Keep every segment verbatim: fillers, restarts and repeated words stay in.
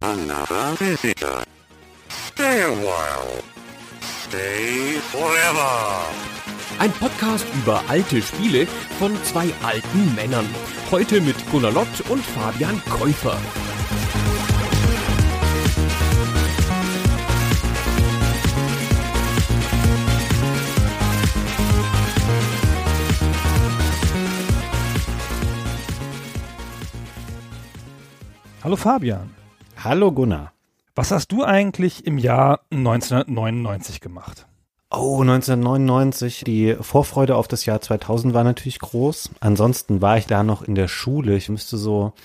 Another visitor. Stay a while. Stay forever. Ein Podcast über alte Spiele von zwei alten Männern. Heute mit Gunnar Lott und Fabian Käufer. Hallo Fabian. Hallo Gunnar. Was hast du eigentlich im Jahr neunzehnhundertneunundneunzig gemacht? Oh, neunzehnhundertneunundneunzig. Die Vorfreude auf das Jahr zweitausend war natürlich groß. Ansonsten war ich da noch in der Schule. Ich müsste so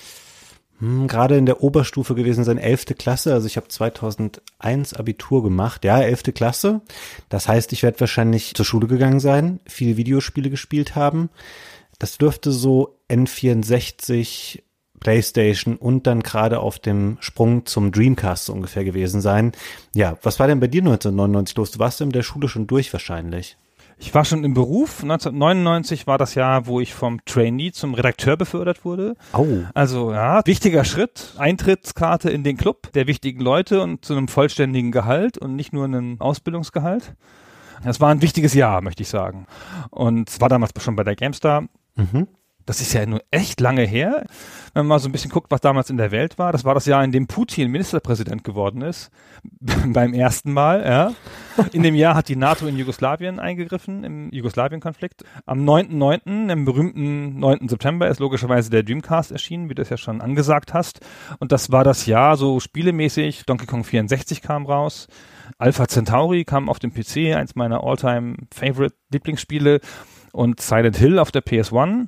hm, gerade in der Oberstufe gewesen sein, elfte Klasse. Also ich habe zweitausendeins Abitur gemacht. Ja, elfte Klasse. Das heißt, ich werde wahrscheinlich zur Schule gegangen sein, viele Videospiele gespielt haben. Das dürfte so N vierundsechzig, PlayStation und dann gerade auf dem Sprung zum Dreamcast so ungefähr gewesen sein. Ja, was war denn bei dir neunzehnhundertneunundneunzig los? Du warst in der Schule schon durch wahrscheinlich. Ich war schon im Beruf. neunzehnhundertneunundneunzig war das Jahr, wo ich vom Trainee zum Redakteur befördert wurde. Oh. Also ja, wichtiger Schritt. Eintrittskarte in den Club der wichtigen Leute und zu einem vollständigen Gehalt und nicht nur einem Ausbildungsgehalt. Das war ein wichtiges Jahr, möchte ich sagen. Und war damals schon bei der GameStar. Mhm. Das ist ja nur echt lange her. Wenn man mal so ein bisschen guckt, was damals in der Welt war. Das war das Jahr, in dem Putin Ministerpräsident geworden ist. Beim ersten Mal, ja. In dem Jahr hat die NATO in Jugoslawien eingegriffen, im Jugoslawien-Konflikt. Am neunten neunten, im berühmten neunten September, ist logischerweise der Dreamcast erschienen, wie du es ja schon angesagt hast. Und das war das Jahr, so spielemäßig. Donkey Kong vierundsechzig kam raus. Alpha Centauri kam auf dem P C, eins meiner All-Time-Favorite-Lieblingsspiele. Und Silent Hill auf der P S eins.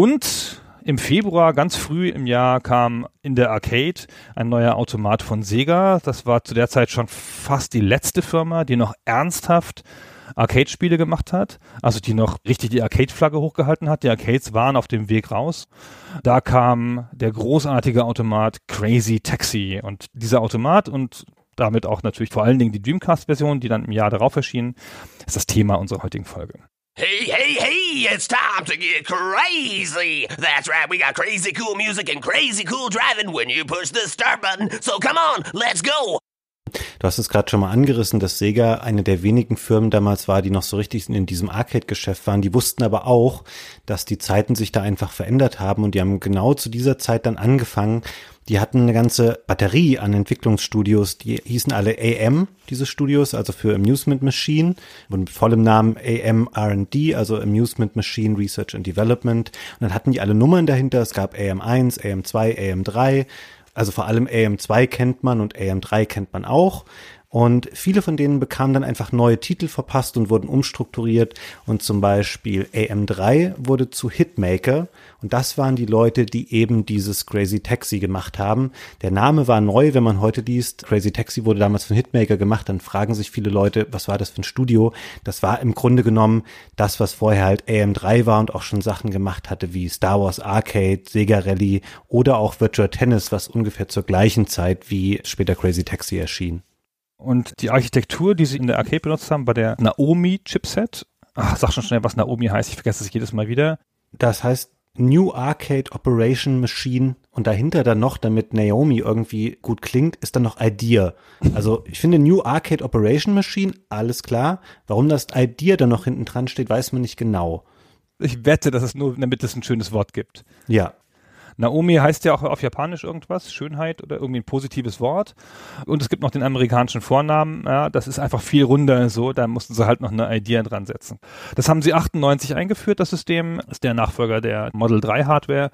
Und im Februar, ganz früh im Jahr, kam in der Arcade ein neuer Automat von Sega. Das war zu der Zeit schon fast die letzte Firma, die noch ernsthaft Arcade-Spiele gemacht hat. Also die noch richtig die Arcade-Flagge hochgehalten hat. Die Arcades waren auf dem Weg raus. Da kam der großartige Automat Crazy Taxi. Und dieser Automat und damit auch natürlich vor allen Dingen die Dreamcast-Version, die dann im Jahr darauf erschien, ist das Thema unserer heutigen Folge. Hey, hey, hey, it's time to get crazy. That's right, we got crazy cool music and crazy cool driving when you push the start button. So come on, let's go. Du hast es gerade schon mal angerissen, dass Sega eine der wenigen Firmen damals war, die noch so richtig in diesem Arcade-Geschäft waren. Die wussten aber auch, dass die Zeiten sich da einfach verändert haben und die haben genau zu dieser Zeit dann angefangen. Die hatten eine ganze Batterie an Entwicklungsstudios, die hießen alle A M, diese Studios, also für Amusement Machine und mit vollem Namen A M R and D, also Amusement Machine Research and Development. Und dann hatten die alle Nummern dahinter. Es gab A M eins, A M zwei, A M drei. Also vor allem A M zwei kennt man und A M drei kennt man auch. Und viele von denen bekamen dann einfach neue Titel verpasst und wurden umstrukturiert. Und zum Beispiel A M drei wurde zu Hitmaker. Und das waren die Leute, die eben dieses Crazy Taxi gemacht haben. Der Name war neu, wenn man heute liest. Crazy Taxi wurde damals von Hitmaker gemacht. Dann fragen sich viele Leute, was war das für ein Studio? Das war im Grunde genommen das, was vorher halt A M drei war und auch schon Sachen gemacht hatte wie Star Wars Arcade, Sega Rally oder auch Virtua Tennis, was ungefähr zur gleichen Zeit wie später Crazy Taxi erschien. Und die Architektur, die sie in der Arcade benutzt haben, war der Naomi-Chipset. Ach, sag schon schnell, was Naomi heißt. Ich vergesse es jedes Mal wieder. Das heißt New Arcade Operation Machine und dahinter dann noch, damit Naomi irgendwie gut klingt, ist dann noch Idea. Also ich finde New Arcade Operation Machine, alles klar. Warum das Idea dann noch hinten dran steht, weiß man nicht genau. Ich wette, dass es nur, damit es ein schönes Wort gibt. Ja. Naomi heißt ja auch auf Japanisch irgendwas, Schönheit oder irgendwie ein positives Wort. Und es gibt noch den amerikanischen Vornamen, ja, das ist einfach viel runder so, da mussten sie halt noch eine Idea dran setzen. Das haben sie achtundneunzig eingeführt, das System, ist der Nachfolger der Model drei Hardware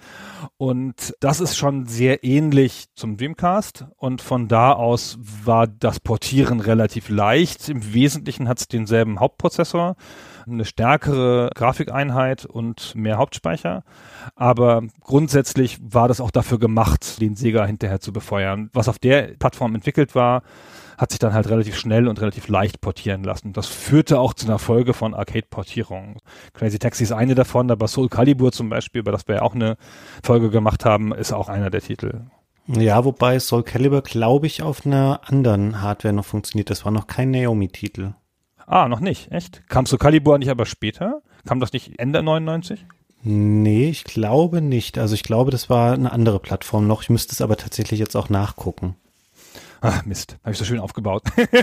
und das ist schon sehr ähnlich zum Dreamcast und von da aus war das Portieren relativ leicht. Im Wesentlichen hat es denselben Hauptprozessor, eine stärkere Grafikeinheit und mehr Hauptspeicher. Aber grundsätzlich war das auch dafür gemacht, den Sega hinterher zu befeuern. Was auf der Plattform entwickelt war, hat sich dann halt relativ schnell und relativ leicht portieren lassen. Das führte auch zu einer Folge von Arcade-Portierungen. Crazy Taxi ist eine davon, aber Soul Calibur zum Beispiel, über das wir ja auch eine Folge gemacht haben, ist auch einer der Titel. Ja, wobei Soul Calibur, glaube ich, auf einer anderen Hardware noch funktioniert. Das war noch kein Naomi-Titel. Ah, noch nicht, echt? Kam Soul Calibur nicht aber später? Kam das nicht Ende neunundneunzig? Nee, ich glaube nicht. Also ich glaube, das war eine andere Plattform noch. Ich müsste es aber tatsächlich jetzt auch nachgucken. Ach, Mist, habe ich so schön aufgebaut.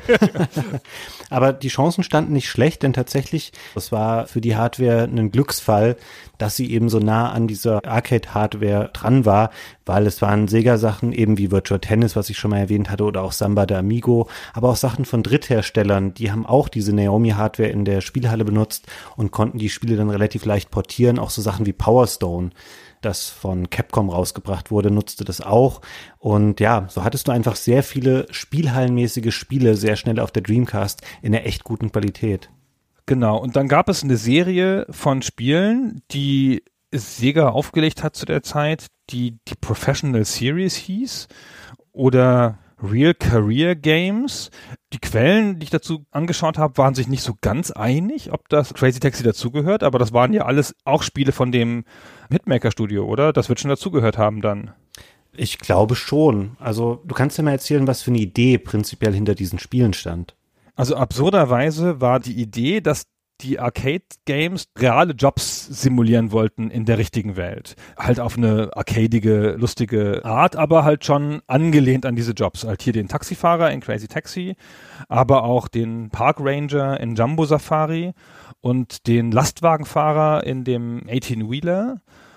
Aber die Chancen standen nicht schlecht, denn tatsächlich, es war für die Hardware ein Glücksfall, dass sie eben so nah an dieser Arcade-Hardware dran war, weil es waren Sega-Sachen eben wie Virtua Tennis, was ich schon mal erwähnt hatte, oder auch Samba de Amigo, aber auch Sachen von Drittherstellern, die haben auch diese Naomi-Hardware in der Spielhalle benutzt und konnten die Spiele dann relativ leicht portieren, auch so Sachen wie Power Stone, das von Capcom rausgebracht wurde, nutzte das auch. Und ja, so hattest du einfach sehr viele spielhallenmäßige Spiele sehr schnell auf der Dreamcast in einer echt guten Qualität. Genau, und dann gab es eine Serie von Spielen, die Sega aufgelegt hat zu der Zeit, die die Professional Series hieß oder Real Career Games. Die Quellen, die ich dazu angeschaut habe, waren sich nicht so ganz einig, ob das Crazy Taxi dazugehört, aber das waren ja alles auch Spiele von dem Hitmaker-Studio, oder? Das wird schon dazugehört haben dann. Ich glaube schon. Also du kannst ja mal erzählen, was für eine Idee prinzipiell hinter diesen Spielen stand. Also absurderweise war die Idee, dass die Arcade-Games reale Jobs simulieren wollten in der richtigen Welt. Halt auf eine arcadige, lustige Art, aber halt schon angelehnt an diese Jobs. Halt hier den Taxifahrer in Crazy Taxi, aber auch den Park Ranger in Jumbo Safari und den Lastwagenfahrer in dem achtzehn-Wheeler.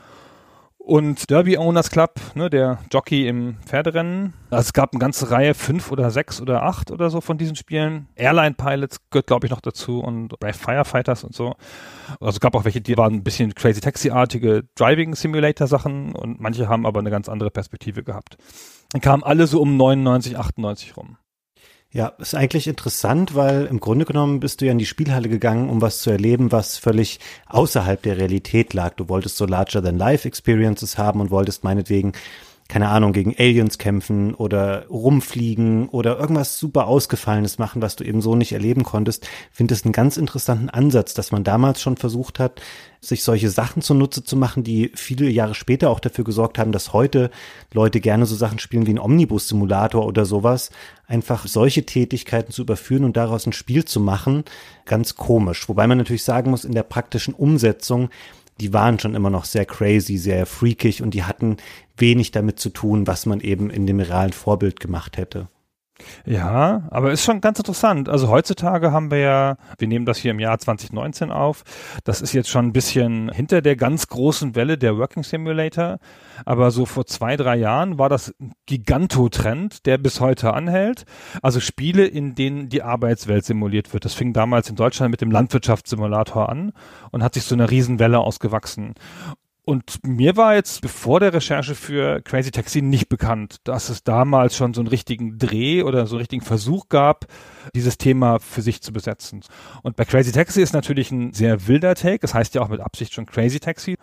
Und Derby Owners Club, ne, der Jockey im Pferderennen. Also es gab eine ganze Reihe, fünf oder sechs oder acht oder so von diesen Spielen. Airline Pilots gehört, glaube ich, noch dazu und Brave Firefighters und so. Also es gab auch welche, die waren ein bisschen Crazy Taxi-artige Driving Simulator Sachen und manche haben aber eine ganz andere Perspektive gehabt. Dann kamen alle so um neunundneunzig, achtundneunzig rum. Ja, ist eigentlich interessant, weil im Grunde genommen bist du ja in die Spielhalle gegangen, um was zu erleben, was völlig außerhalb der Realität lag. Du wolltest so Larger-than-Life-Experiences haben und wolltest meinetwegen, keine Ahnung, gegen Aliens kämpfen oder rumfliegen oder irgendwas super Ausgefallenes machen, was du eben so nicht erleben konntest. Ich finde es einen ganz interessanten Ansatz, dass man damals schon versucht hat, sich solche Sachen zunutze zu machen, die viele Jahre später auch dafür gesorgt haben, dass heute Leute gerne so Sachen spielen wie ein Omnibus-Simulator oder sowas. Einfach solche Tätigkeiten zu überführen und daraus ein Spiel zu machen, ganz komisch. Wobei man natürlich sagen muss, in der praktischen Umsetzung, die waren schon immer noch sehr crazy, sehr freakig und die hatten wenig damit zu tun, was man eben in dem realen Vorbild gemacht hätte. Ja, aber ist schon ganz interessant. Also heutzutage haben wir ja, wir nehmen das hier im Jahr zwanzig neunzehn auf, das ist jetzt schon ein bisschen hinter der ganz großen Welle der Working Simulator, aber so vor zwei, drei Jahren war das ein Gigantotrend, der bis heute anhält. Also Spiele, in denen die Arbeitswelt simuliert wird. Das fing damals in Deutschland mit dem Landwirtschaftssimulator an und hat sich so eine Riesenwelle ausgewachsen. Und mir war jetzt bevor der Recherche für Crazy Taxi nicht bekannt, dass es damals schon so einen richtigen Dreh oder so einen richtigen Versuch gab, dieses Thema für sich zu besetzen. Und bei Crazy Taxi ist natürlich ein sehr wilder Take, das heißt ja auch mit Absicht schon Crazy Taxi,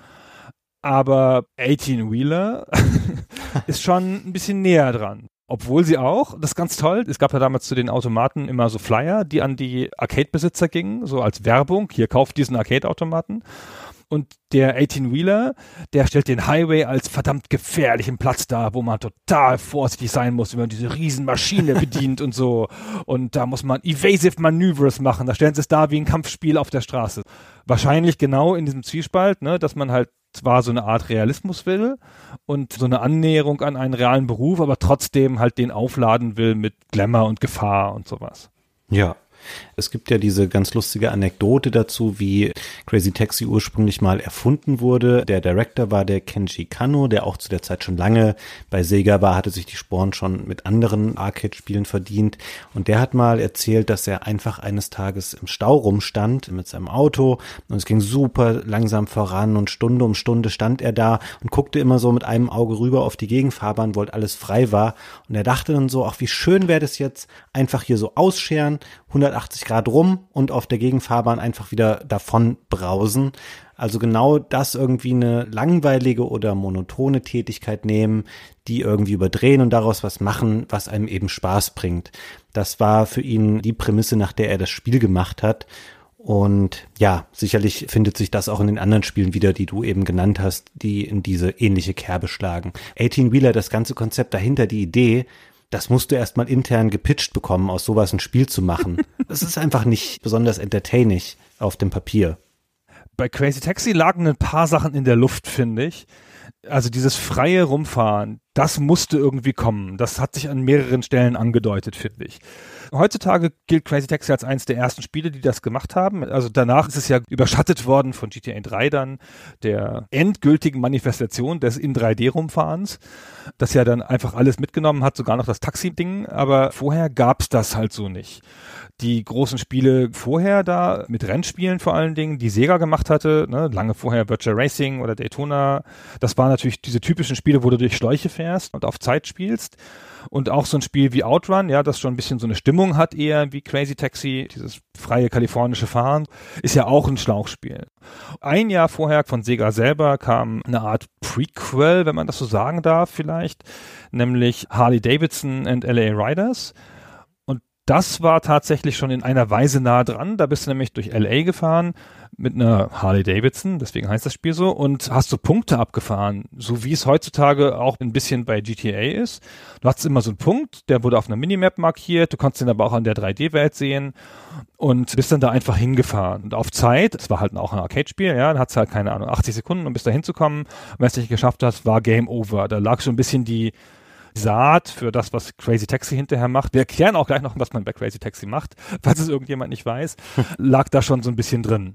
aber achtzehn-Wheeler ist schon ein bisschen näher dran. Obwohl sie auch, das ist ganz toll, es gab ja damals zu den Automaten immer so Flyer, die an die Arcade-Besitzer gingen, so als Werbung, hier kauft diesen Arcade-Automaten. Und der achtzehn-Wheeler, der stellt den Highway als verdammt gefährlichen Platz dar, wo man total vorsichtig sein muss, wenn man diese Riesenmaschine bedient und so. Und da muss man Evasive Maneuvers machen. Da stellen sie es dar wie ein Kampfspiel auf der Straße. Wahrscheinlich genau in diesem Zwiespalt, ne, dass man halt zwar so eine Art Realismus will und so eine Annäherung an einen realen Beruf, aber trotzdem halt den aufladen will mit Glamour und Gefahr und sowas. Ja. Es gibt ja diese ganz lustige Anekdote dazu, wie Crazy Taxi ursprünglich mal erfunden wurde. Der Director war der Kenji Kanno, der auch zu der Zeit schon lange bei Sega war, hatte sich die Sporen schon mit anderen Arcade-Spielen verdient. Und der hat mal erzählt, dass er einfach eines Tages im Stau rumstand mit seinem Auto und es ging super langsam voran und Stunde um Stunde stand er da und guckte immer so mit einem Auge rüber auf die Gegenfahrbahn, weil alles frei war. Und er dachte dann so, ach, wie schön wäre das jetzt, einfach hier so ausscheren, hundertachtzig Grad rum und auf der Gegenfahrbahn einfach wieder davon brausen. Also genau das irgendwie eine langweilige oder monotone Tätigkeit nehmen, die irgendwie überdrehen und daraus was machen, was einem eben Spaß bringt. Das war für ihn die Prämisse, nach der er das Spiel gemacht hat. Und ja, sicherlich findet sich das auch in den anderen Spielen wieder, die du eben genannt hast, die in diese ähnliche Kerbe schlagen. achtzehn-Wheeler, das ganze Konzept dahinter, die Idee, das musst du erstmal intern gepitcht bekommen, aus sowas ein Spiel zu machen. Das ist einfach nicht besonders entertaining auf dem Papier. Bei Crazy Taxi lagen ein paar Sachen in der Luft, finde ich. Also dieses freie Rumfahren, das musste irgendwie kommen. Das hat sich an mehreren Stellen angedeutet, finde ich. Heutzutage gilt Crazy Taxi als eines der ersten Spiele, die das gemacht haben. Also danach ist es ja überschattet worden von G T A drei dann, der endgültigen Manifestation des in drei D-Rumfahrens, das ja dann einfach alles mitgenommen hat, sogar noch das Taxi-Ding, aber vorher gab's das halt so nicht. Die großen Spiele vorher da, mit Rennspielen vor allen Dingen, die Sega gemacht hatte, ne, lange vorher Virtua Racing oder Daytona, das waren natürlich diese typischen Spiele, wo du durch Schläuche fährst und auf Zeit spielst. Und auch so ein Spiel wie Outrun, ja, das schon ein bisschen so eine Stimmung hat eher wie Crazy Taxi, dieses freie kalifornische Fahren, ist ja auch ein Schlauchspiel. Ein Jahr vorher von Sega selber kam eine Art Prequel, wenn man das so sagen darf vielleicht, nämlich Harley Davidson and L A Riders. Und das war tatsächlich schon in einer Weise nah dran, da bist du nämlich durch L A gefahren mit einer Harley Davidson, deswegen heißt das Spiel so, und hast so Punkte abgefahren, so wie es heutzutage auch ein bisschen bei G T A ist. Du hattest immer so einen Punkt, der wurde auf einer Minimap markiert, du konntest den aber auch an der drei D-Welt sehen und bist dann da einfach hingefahren. Und auf Zeit, es war halt auch ein Arcade-Spiel, ja, dann hattest du halt, keine Ahnung, achtzig Sekunden, um bis da hinzukommen. Und wenn es nicht geschafft hast, war Game Over. Da lag schon ein bisschen die Saat für das, was Crazy Taxi hinterher macht. Wir erklären auch gleich noch, was man bei Crazy Taxi macht, falls es irgendjemand nicht weiß, lag da schon so ein bisschen drin.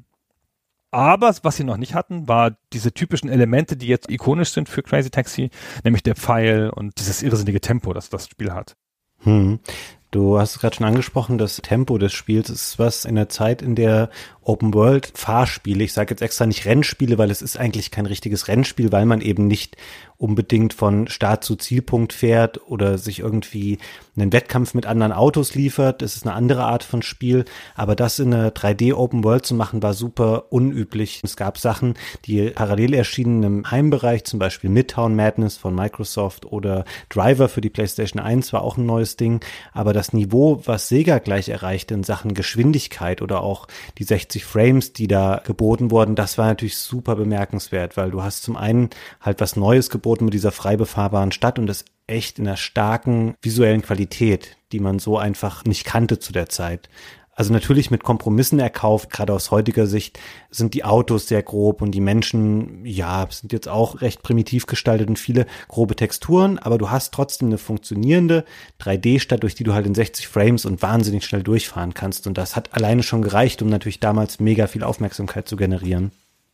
Aber was sie noch nicht hatten, war diese typischen Elemente, die jetzt ikonisch sind für Crazy Taxi, nämlich der Pfeil und dieses irrsinnige Tempo, das das Spiel hat. Hm. Du hast es gerade schon angesprochen, das Tempo des Spiels ist was in der Zeit, in der Open-World-Fahrspiele, ich sage jetzt extra nicht Rennspiele, weil es ist eigentlich kein richtiges Rennspiel, weil man eben nicht unbedingt von Start zu Zielpunkt fährt oder sich irgendwie einen Wettkampf mit anderen Autos liefert. Das ist eine andere Art von Spiel, aber das in einer drei D Open World zu machen, war super unüblich. Es gab Sachen, die parallel erschienen im Heimbereich, zum Beispiel Midtown Madness von Microsoft oder Driver für die PlayStation eins war auch ein neues Ding, aber das Niveau, was Sega gleich erreichte in Sachen Geschwindigkeit oder auch die sechzig Frames, die da geboten wurden, das war natürlich super bemerkenswert, weil du hast zum einen halt was Neues geboten mit dieser frei befahrbaren Stadt und das echt in einer starken visuellen Qualität, die man so einfach nicht kannte zu der Zeit. Also natürlich mit Kompromissen erkauft, gerade aus heutiger Sicht sind die Autos sehr grob und die Menschen, ja, sind jetzt auch recht primitiv gestaltet und viele grobe Texturen, aber du hast trotzdem eine funktionierende drei D-Stadt, durch die du halt in sechzig Frames und wahnsinnig schnell durchfahren kannst und das hat alleine schon gereicht, um natürlich damals mega viel Aufmerksamkeit zu generieren.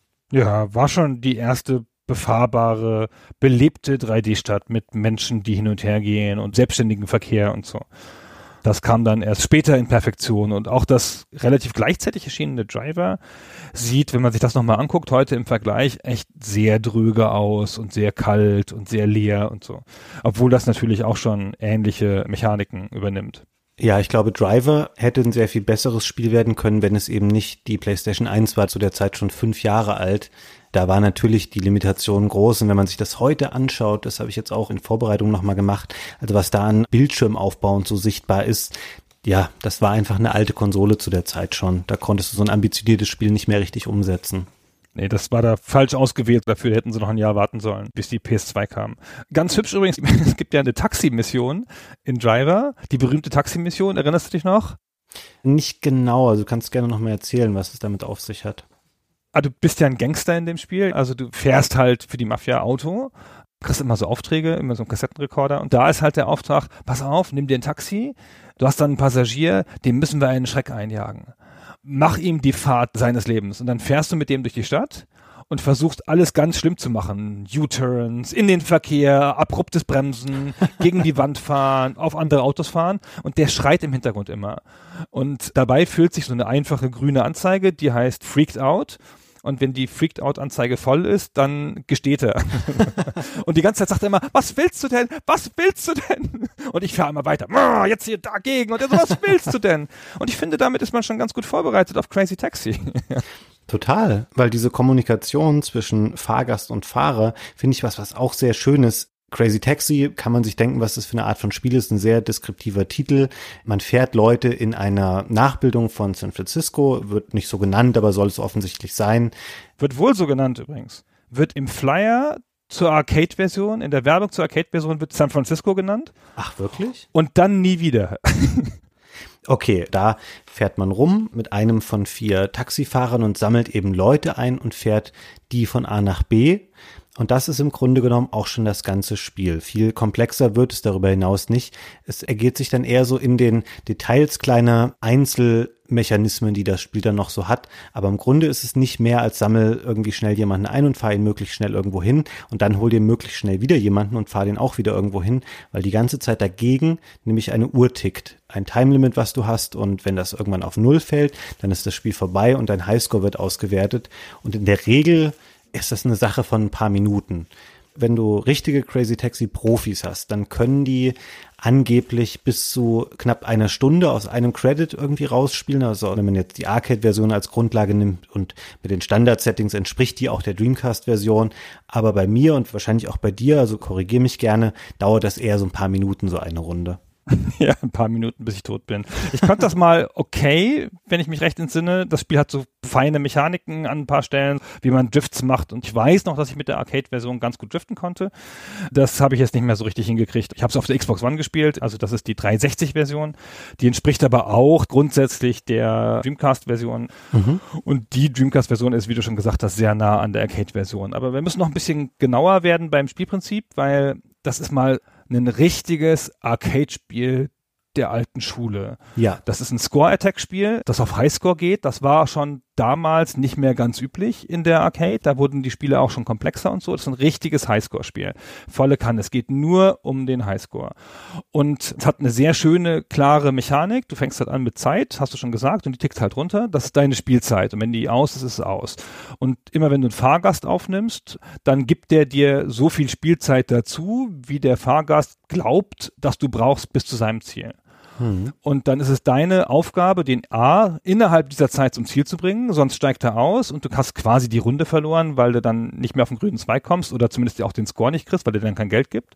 Ja, war schon die erste befahrbare, belebte drei D-Stadt mit Menschen, die hin und her gehen und selbstständigen Verkehr und so. Das kam dann erst später in Perfektion und auch das relativ gleichzeitig erschienene Driver sieht, wenn man sich das nochmal anguckt, heute im Vergleich echt sehr dröge aus und sehr kalt und sehr leer und so. Obwohl das natürlich auch schon ähnliche Mechaniken übernimmt. Ja, ich glaube, Driver hätte ein sehr viel besseres Spiel werden können, wenn es eben nicht die PlayStation eins war, zu der Zeit schon fünf Jahre alt. Da war natürlich die Limitation groß und wenn man sich das heute anschaut, das habe ich jetzt auch in Vorbereitung nochmal gemacht, also was da an Bildschirmaufbau und so sichtbar ist, ja, das war einfach eine alte Konsole zu der Zeit schon. Da konntest du so ein ambitioniertes Spiel nicht mehr richtig umsetzen. Nee, das war da falsch ausgewählt. Dafür hätten sie noch ein Jahr warten sollen, bis die P S zwei kam. Ganz hübsch übrigens, es gibt ja eine Taxi-Mission in Driver, die berühmte Taxi-Mission, erinnerst du dich noch? Nicht genau, also du kannst gerne noch mal erzählen, was es damit auf sich hat. Ah, du bist ja ein Gangster in dem Spiel, also du fährst halt für die Mafia Auto, kriegst immer so Aufträge, immer so einen Kassettenrekorder und da ist halt der Auftrag, pass auf, nimm dir ein Taxi, du hast dann einen Passagier, dem müssen wir einen Schreck einjagen. Mach ihm die Fahrt seines Lebens und dann fährst du mit dem durch die Stadt und versuchst alles ganz schlimm zu machen. U-Turns, in den Verkehr, abruptes Bremsen, gegen die Wand fahren, auf andere Autos fahren und der schreit im Hintergrund immer. Und dabei füllt sich so eine einfache grüne Anzeige, die heißt Freaked Out. Und wenn die Freaked-Out-Anzeige voll ist, dann gesteht er. Und die ganze Zeit sagt er immer, was willst du denn? Was willst du denn? Und ich fahre immer weiter, jetzt hier dagegen. Und er so, was willst du denn? Und ich finde, damit ist man schon ganz gut vorbereitet auf Crazy Taxi. Total, weil diese Kommunikation zwischen Fahrgast und Fahrer, finde ich was, was auch sehr schön ist. Crazy Taxi, kann man sich denken, was das für eine Art von Spiel ist, ein sehr deskriptiver Titel. Man fährt Leute in einer Nachbildung von San Francisco, wird nicht so genannt, aber soll es offensichtlich sein. Wird wohl so genannt übrigens. Wird im Flyer zur Arcade-Version, in der Werbung zur Arcade-Version wird San Francisco genannt. Ach, wirklich? Und dann nie wieder. Okay, da fährt man rum mit einem von vier Taxifahrern und sammelt eben Leute ein und fährt die von A nach B. Und das ist im Grunde genommen auch schon das ganze Spiel. Viel komplexer wird es darüber hinaus nicht. Es ergeht sich dann eher so in den Details kleiner Einzelmechanismen, die das Spiel dann noch so hat. Aber im Grunde ist es nicht mehr als sammel irgendwie schnell jemanden ein und fahr ihn möglichst schnell irgendwo hin und dann hol dir möglichst schnell wieder jemanden und fahr den auch wieder irgendwo hin, weil die ganze Zeit dagegen nämlich eine Uhr tickt. Ein Timelimit, was du hast, und wenn das irgendwann auf Null fällt, dann ist das Spiel vorbei und dein Highscore wird ausgewertet. Und in der Regel ist das eine Sache von ein paar Minuten. Wenn du richtige Crazy Taxi Profis hast, dann können die angeblich bis zu knapp einer Stunde aus einem Credit irgendwie rausspielen. Also wenn man jetzt die Arcade-Version als Grundlage nimmt und mit den Standard-Settings entspricht die auch der Dreamcast-Version. Aber bei mir und wahrscheinlich auch bei dir, also korrigier mich gerne, dauert das eher so ein paar Minuten, so eine Runde. Ja, ein paar Minuten, bis ich tot bin. Ich konnte das mal okay, wenn ich mich recht entsinne. Das Spiel hat so feine Mechaniken an ein paar Stellen, wie man Drifts macht. Und ich weiß noch, dass ich mit der Arcade-Version ganz gut driften konnte. Das habe ich jetzt nicht mehr so richtig hingekriegt. Ich habe es auf der Xbox One gespielt, also das ist die dreihundertsechzig-Version. Die entspricht aber auch grundsätzlich der Dreamcast-Version. Mhm. Und die Dreamcast-Version ist, wie du schon gesagt hast, sehr nah an der Arcade-Version. Aber wir müssen noch ein bisschen genauer werden beim Spielprinzip, weil das ist mal ein richtiges Arcade-Spiel der alten Schule. Ja. Das ist ein Score-Attack-Spiel, das auf Highscore geht. Das war schon damals nicht mehr ganz üblich in der Arcade. Da wurden die Spiele auch schon komplexer und so. Das ist ein richtiges Highscore-Spiel. Volle Kanne. Es geht nur um den Highscore. Und es hat eine sehr schöne, klare Mechanik. Du fängst halt an mit Zeit, hast du schon gesagt, und die tickt halt runter. Das ist deine Spielzeit. Und wenn die aus ist, ist es aus. Und immer wenn du einen Fahrgast aufnimmst, dann gibt der dir so viel Spielzeit dazu, wie der Fahrgast glaubt, dass du brauchst bis zu seinem Ziel. Und dann ist es deine Aufgabe, den A innerhalb dieser Zeit zum Ziel zu bringen, sonst steigt er aus und du hast quasi die Runde verloren, weil du dann nicht mehr auf den grünen Zweig kommst oder zumindest auch den Score nicht kriegst, weil der dann kein Geld gibt.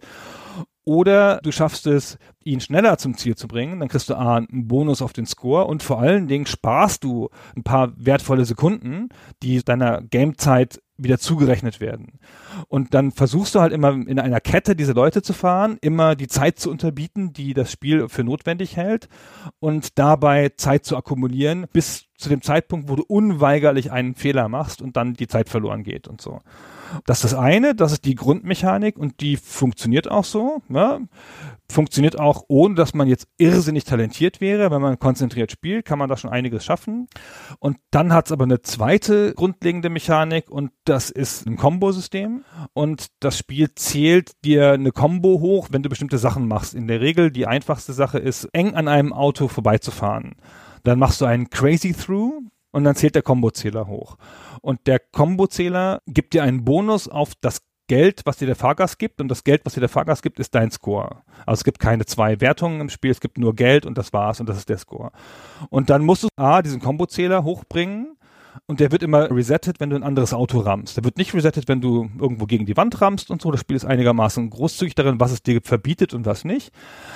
Oder du schaffst es, ihn schneller zum Ziel zu bringen, dann kriegst du A, einen Bonus auf den Score und vor allen Dingen sparst du ein paar wertvolle Sekunden, die deiner Gamezeit wieder zugerechnet werden. Und dann versuchst du halt immer in einer Kette diese Leute zu fahren, immer die Zeit zu unterbieten, die das Spiel für notwendig hält und dabei Zeit zu akkumulieren, bis zu dem Zeitpunkt, wo du unweigerlich einen Fehler machst und dann die Zeit verloren geht und so. Das ist das eine, das ist die Grundmechanik und die funktioniert auch so. Ja. Funktioniert auch, ohne dass man jetzt irrsinnig talentiert wäre. Wenn man konzentriert spielt, kann man da schon einiges schaffen. Und dann hat es aber eine zweite grundlegende Mechanik und das ist ein Kombosystem. Und das Spiel zählt dir eine Kombo hoch, wenn du bestimmte Sachen machst. In der Regel die einfachste Sache ist, eng an einem Auto vorbeizufahren. Dann machst du einen Crazy Through und dann zählt der Kombozähler hoch. Und der Kombozähler gibt dir einen Bonus auf das Geld, was dir der Fahrgast gibt, und das Geld, was dir der Fahrgast gibt, ist dein Score. Also es gibt keine zwei Wertungen im Spiel, es gibt nur Geld und das war's und das ist der Score. Und dann musst du A, diesen Kombozähler hochbringen und der wird immer resettet, wenn du ein anderes Auto rammst. Der wird nicht resettet, wenn du irgendwo gegen die Wand rammst und so. Das Spiel ist einigermaßen großzügig darin, was es dir verbietet und was nicht.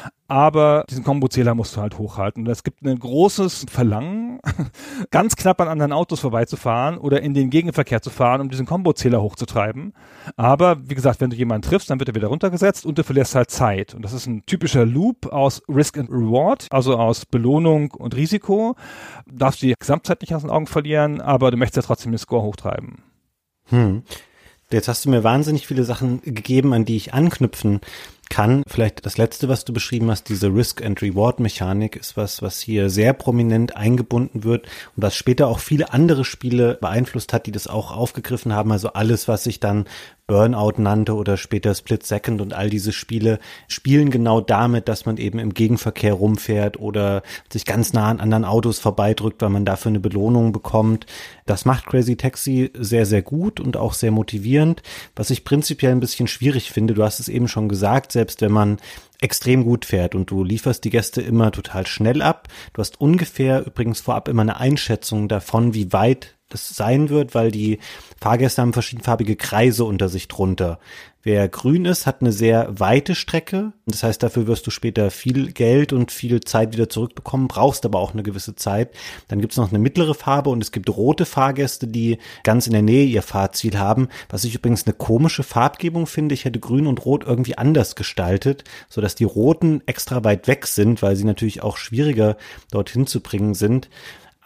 Aber diesen Kombozähler musst du halt hochhalten. Und es gibt ein großes Verlangen, ganz knapp an anderen Autos vorbeizufahren oder in den Gegenverkehr zu fahren, um diesen Kombozähler hochzutreiben. Aber wie gesagt, wenn du jemanden triffst, dann wird er wieder runtergesetzt und du verlierst halt Zeit. Und das ist ein typischer Loop aus Risk and Reward, also aus Belohnung und Risiko. Du darfst die Gesamtzeit nicht aus den Augen verlieren, aber du möchtest ja trotzdem den Score hochtreiben. Hm. Jetzt hast du mir wahnsinnig viele Sachen gegeben, an die ich anknüpfen kann. Vielleicht das letzte, was du beschrieben hast, diese Risk-and-Reward-Mechanik ist was, was hier sehr prominent eingebunden wird und was später auch viele andere Spiele beeinflusst hat, die das auch aufgegriffen haben. Also alles, was sich dann Burnout nannte oder später Split Second und all diese Spiele spielen genau damit, dass man eben im Gegenverkehr rumfährt oder sich ganz nah an anderen Autos vorbeidrückt, weil man dafür eine Belohnung bekommt. Das macht Crazy Taxi sehr, sehr gut und auch sehr motivierend. Was ich prinzipiell ein bisschen schwierig finde, du hast es eben schon gesagt, selbst wenn man extrem gut fährt und du lieferst die Gäste immer total schnell ab. Du hast ungefähr übrigens vorab immer eine Einschätzung davon, wie weit das sein wird, weil die Fahrgäste haben verschiedenfarbige Kreise unter sich drunter. Wer grün ist, hat eine sehr weite Strecke. Das heißt, dafür wirst du später viel Geld und viel Zeit wieder zurückbekommen, brauchst aber auch eine gewisse Zeit. Dann gibt es noch eine mittlere Farbe und es gibt rote Fahrgäste, die ganz in der Nähe ihr Fahrziel haben. Was ich übrigens eine komische Farbgebung finde. Ich hätte grün und rot irgendwie anders gestaltet, sodass die roten extra weit weg sind, weil sie natürlich auch schwieriger dorthin zu bringen sind.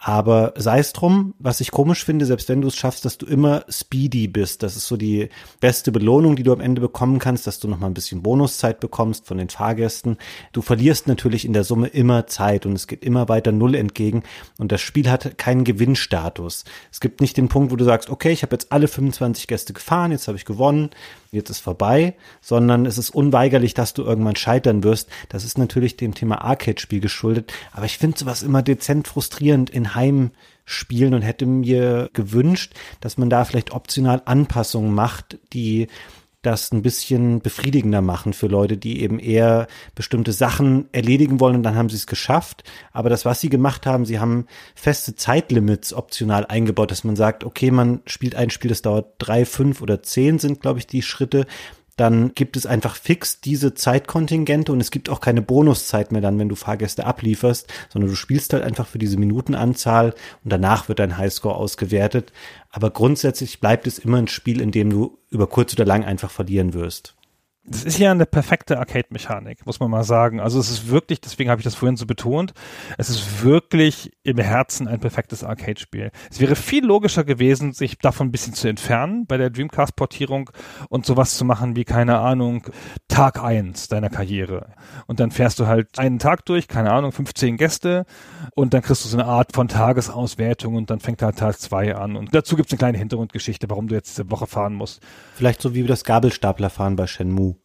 Aber sei es drum, was ich komisch finde, selbst wenn du es schaffst, dass du immer speedy bist, das ist so die beste Belohnung, die du am Ende bekommen kannst, dass du nochmal ein bisschen Bonuszeit bekommst von den Fahrgästen. Du verlierst natürlich in der Summe immer Zeit und es geht immer weiter Null entgegen und das Spiel hat keinen Gewinnstatus. Es gibt nicht den Punkt, wo du sagst, okay, ich habe jetzt alle fünfundzwanzig Gäste gefahren, jetzt habe ich gewonnen, jetzt ist vorbei, sondern es ist unweigerlich, dass du irgendwann scheitern wirst. Das ist natürlich dem Thema Arcade-Spiel geschuldet, aber ich finde sowas immer dezent frustrierend in Heimspielen und hätte mir gewünscht, dass man da vielleicht optional Anpassungen macht, die das ein bisschen befriedigender machen für Leute, die eben eher bestimmte Sachen erledigen wollen und dann haben sie es geschafft. Aber das, was sie gemacht haben, sie haben feste Zeitlimits optional eingebaut, dass man sagt, okay, man spielt ein Spiel, das dauert drei, fünf oder zehn sind, glaube ich, die Schritte. Dann gibt es einfach fix diese Zeitkontingente und es gibt auch keine Bonuszeit mehr dann, wenn du Fahrgäste ablieferst, sondern du spielst halt einfach für diese Minutenanzahl und danach wird dein Highscore ausgewertet. Aber grundsätzlich bleibt es immer ein Spiel, in dem du über kurz oder lang einfach verlieren wirst. Das ist ja eine perfekte Arcade-Mechanik, muss man mal sagen. Also es ist wirklich, deswegen habe ich das vorhin so betont, es ist wirklich im Herzen ein perfektes Arcade-Spiel. Es wäre viel logischer gewesen, sich davon ein bisschen zu entfernen bei der Dreamcast-Portierung und sowas zu machen wie, keine Ahnung, Tag eins deiner Karriere. Und dann fährst du halt einen Tag durch, keine Ahnung, fünfzehn Gäste und dann kriegst du so eine Art von Tagesauswertung und dann fängt halt Tag zwei an. Und dazu gibt es eine kleine Hintergrundgeschichte, warum du jetzt diese Woche fahren musst. Vielleicht so wie das Gabelstaplerfahren bei Shenmue.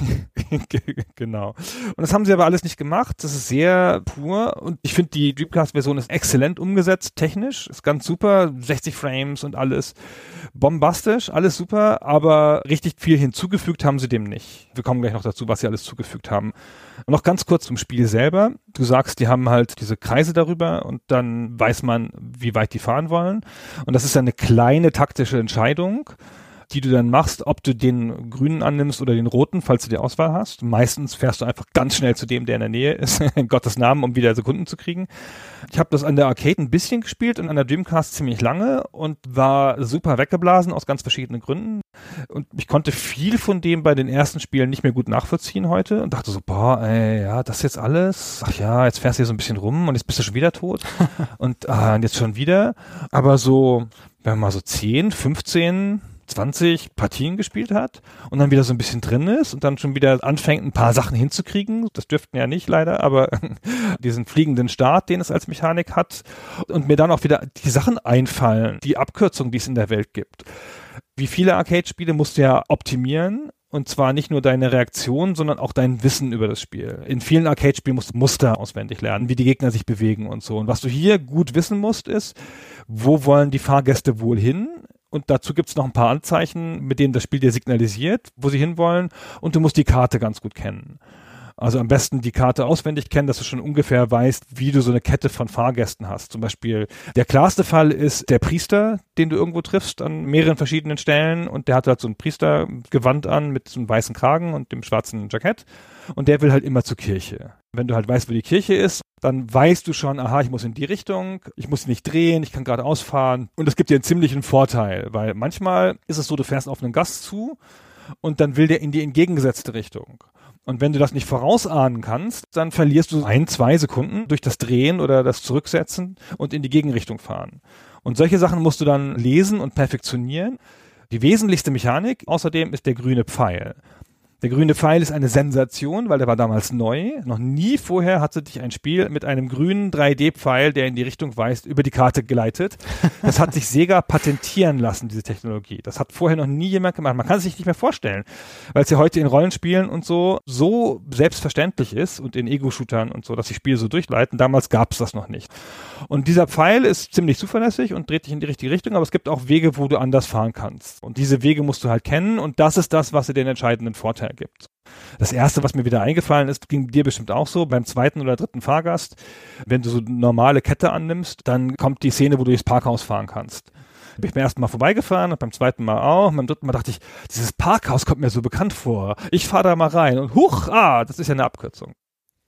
Genau. Und das haben sie aber alles nicht gemacht. Das ist sehr pur und ich finde, die Dreamcast-Version ist exzellent umgesetzt, technisch, ist ganz super, sechzig Frames und alles bombastisch, alles super, aber richtig viel hinzugefügt haben sie dem nicht. Wir kommen gleich noch dazu, was sie alles zugefügt haben. Und noch ganz kurz zum Spiel selber. Du sagst, die haben halt diese Kreise darüber und dann weiß man, wie weit die fahren wollen. Und das ist eine kleine taktische Entscheidung, die du dann machst, ob du den grünen annimmst oder den roten, falls du die Auswahl hast. Meistens fährst du einfach ganz schnell zu dem, der in der Nähe ist, in Gottes Namen, um wieder Sekunden zu kriegen. Ich habe das an der Arcade ein bisschen gespielt und an der Dreamcast ziemlich lange und war super weggeblasen aus ganz verschiedenen Gründen. Und ich konnte viel von dem bei den ersten Spielen nicht mehr gut nachvollziehen heute und dachte so, boah, ey, ja, das jetzt alles? Ach ja, jetzt fährst du hier so ein bisschen rum und jetzt bist du schon wieder tot. und, ah, und jetzt schon wieder. Aber so, wenn man mal so zehn, fünfzehn zwanzig Partien gespielt hat und dann wieder so ein bisschen drin ist und dann schon wieder anfängt, ein paar Sachen hinzukriegen. Das dürften ja nicht leider, aber diesen fliegenden Start, den es als Mechanik hat und mir dann auch wieder die Sachen einfallen, die Abkürzungen, die es in der Welt gibt. Wie viele Arcade-Spiele musst du ja optimieren und zwar nicht nur deine Reaktion, sondern auch dein Wissen über das Spiel. In vielen Arcade-Spielen musst du Muster auswendig lernen, wie die Gegner sich bewegen und so. Und was du hier gut wissen musst, ist, wo wollen die Fahrgäste wohl hin? Und dazu gibt es noch ein paar Anzeichen, mit denen das Spiel dir signalisiert, wo sie hinwollen. Und du musst die Karte ganz gut kennen. Also am besten die Karte auswendig kennen, dass du schon ungefähr weißt, wie du so eine Kette von Fahrgästen hast. Zum Beispiel der klarste Fall ist der Priester, den du irgendwo triffst an mehreren verschiedenen Stellen. Und der hat halt so ein Priestergewand an mit so einem weißen Kragen und dem schwarzen Jackett. Und der will halt immer zur Kirche. Wenn du halt weißt, wo die Kirche ist, dann weißt du schon, aha, ich muss in die Richtung, ich muss nicht drehen, ich kann geradeaus fahren. Und das gibt dir einen ziemlichen Vorteil, weil manchmal ist es so, du fährst auf einen Gast zu und dann will der in die entgegengesetzte Richtung. Und wenn du das nicht vorausahnen kannst, dann verlierst du ein, zwei Sekunden durch das Drehen oder das Zurücksetzen und in die Gegenrichtung fahren. Und solche Sachen musst du dann lesen und perfektionieren. Die wesentlichste Mechanik außerdem ist der grüne Pfeil. Der grüne Pfeil ist eine Sensation, weil der war damals neu. Noch nie vorher hatte dich ein Spiel mit einem grünen drei D Pfeil, der in die Richtung weist, über die Karte geleitet. Das hat sich Sega patentieren lassen, diese Technologie. Das hat vorher noch nie jemand gemacht. Man kann es sich nicht mehr vorstellen, weil es ja heute in Rollenspielen und so so selbstverständlich ist und in Ego-Shootern und so, dass die Spiele so durchleiten. Damals gab es das noch nicht. Und dieser Pfeil ist ziemlich zuverlässig und dreht dich in die richtige Richtung, aber es gibt auch Wege, wo du anders fahren kannst. Und diese Wege musst du halt kennen und das ist das, was dir den entscheidenden Vorteil gibt. Das erste, was mir wieder eingefallen ist, ging dir bestimmt auch so, beim zweiten oder dritten Fahrgast, wenn du so eine normale Kette annimmst, dann kommt die Szene, wo du durchs Parkhaus fahren kannst. Bin ich beim ersten Mal vorbeigefahren und beim zweiten Mal auch. Und beim dritten Mal dachte ich, dieses Parkhaus kommt mir so bekannt vor. Ich fahre da mal rein und huch, ah, das ist ja eine Abkürzung.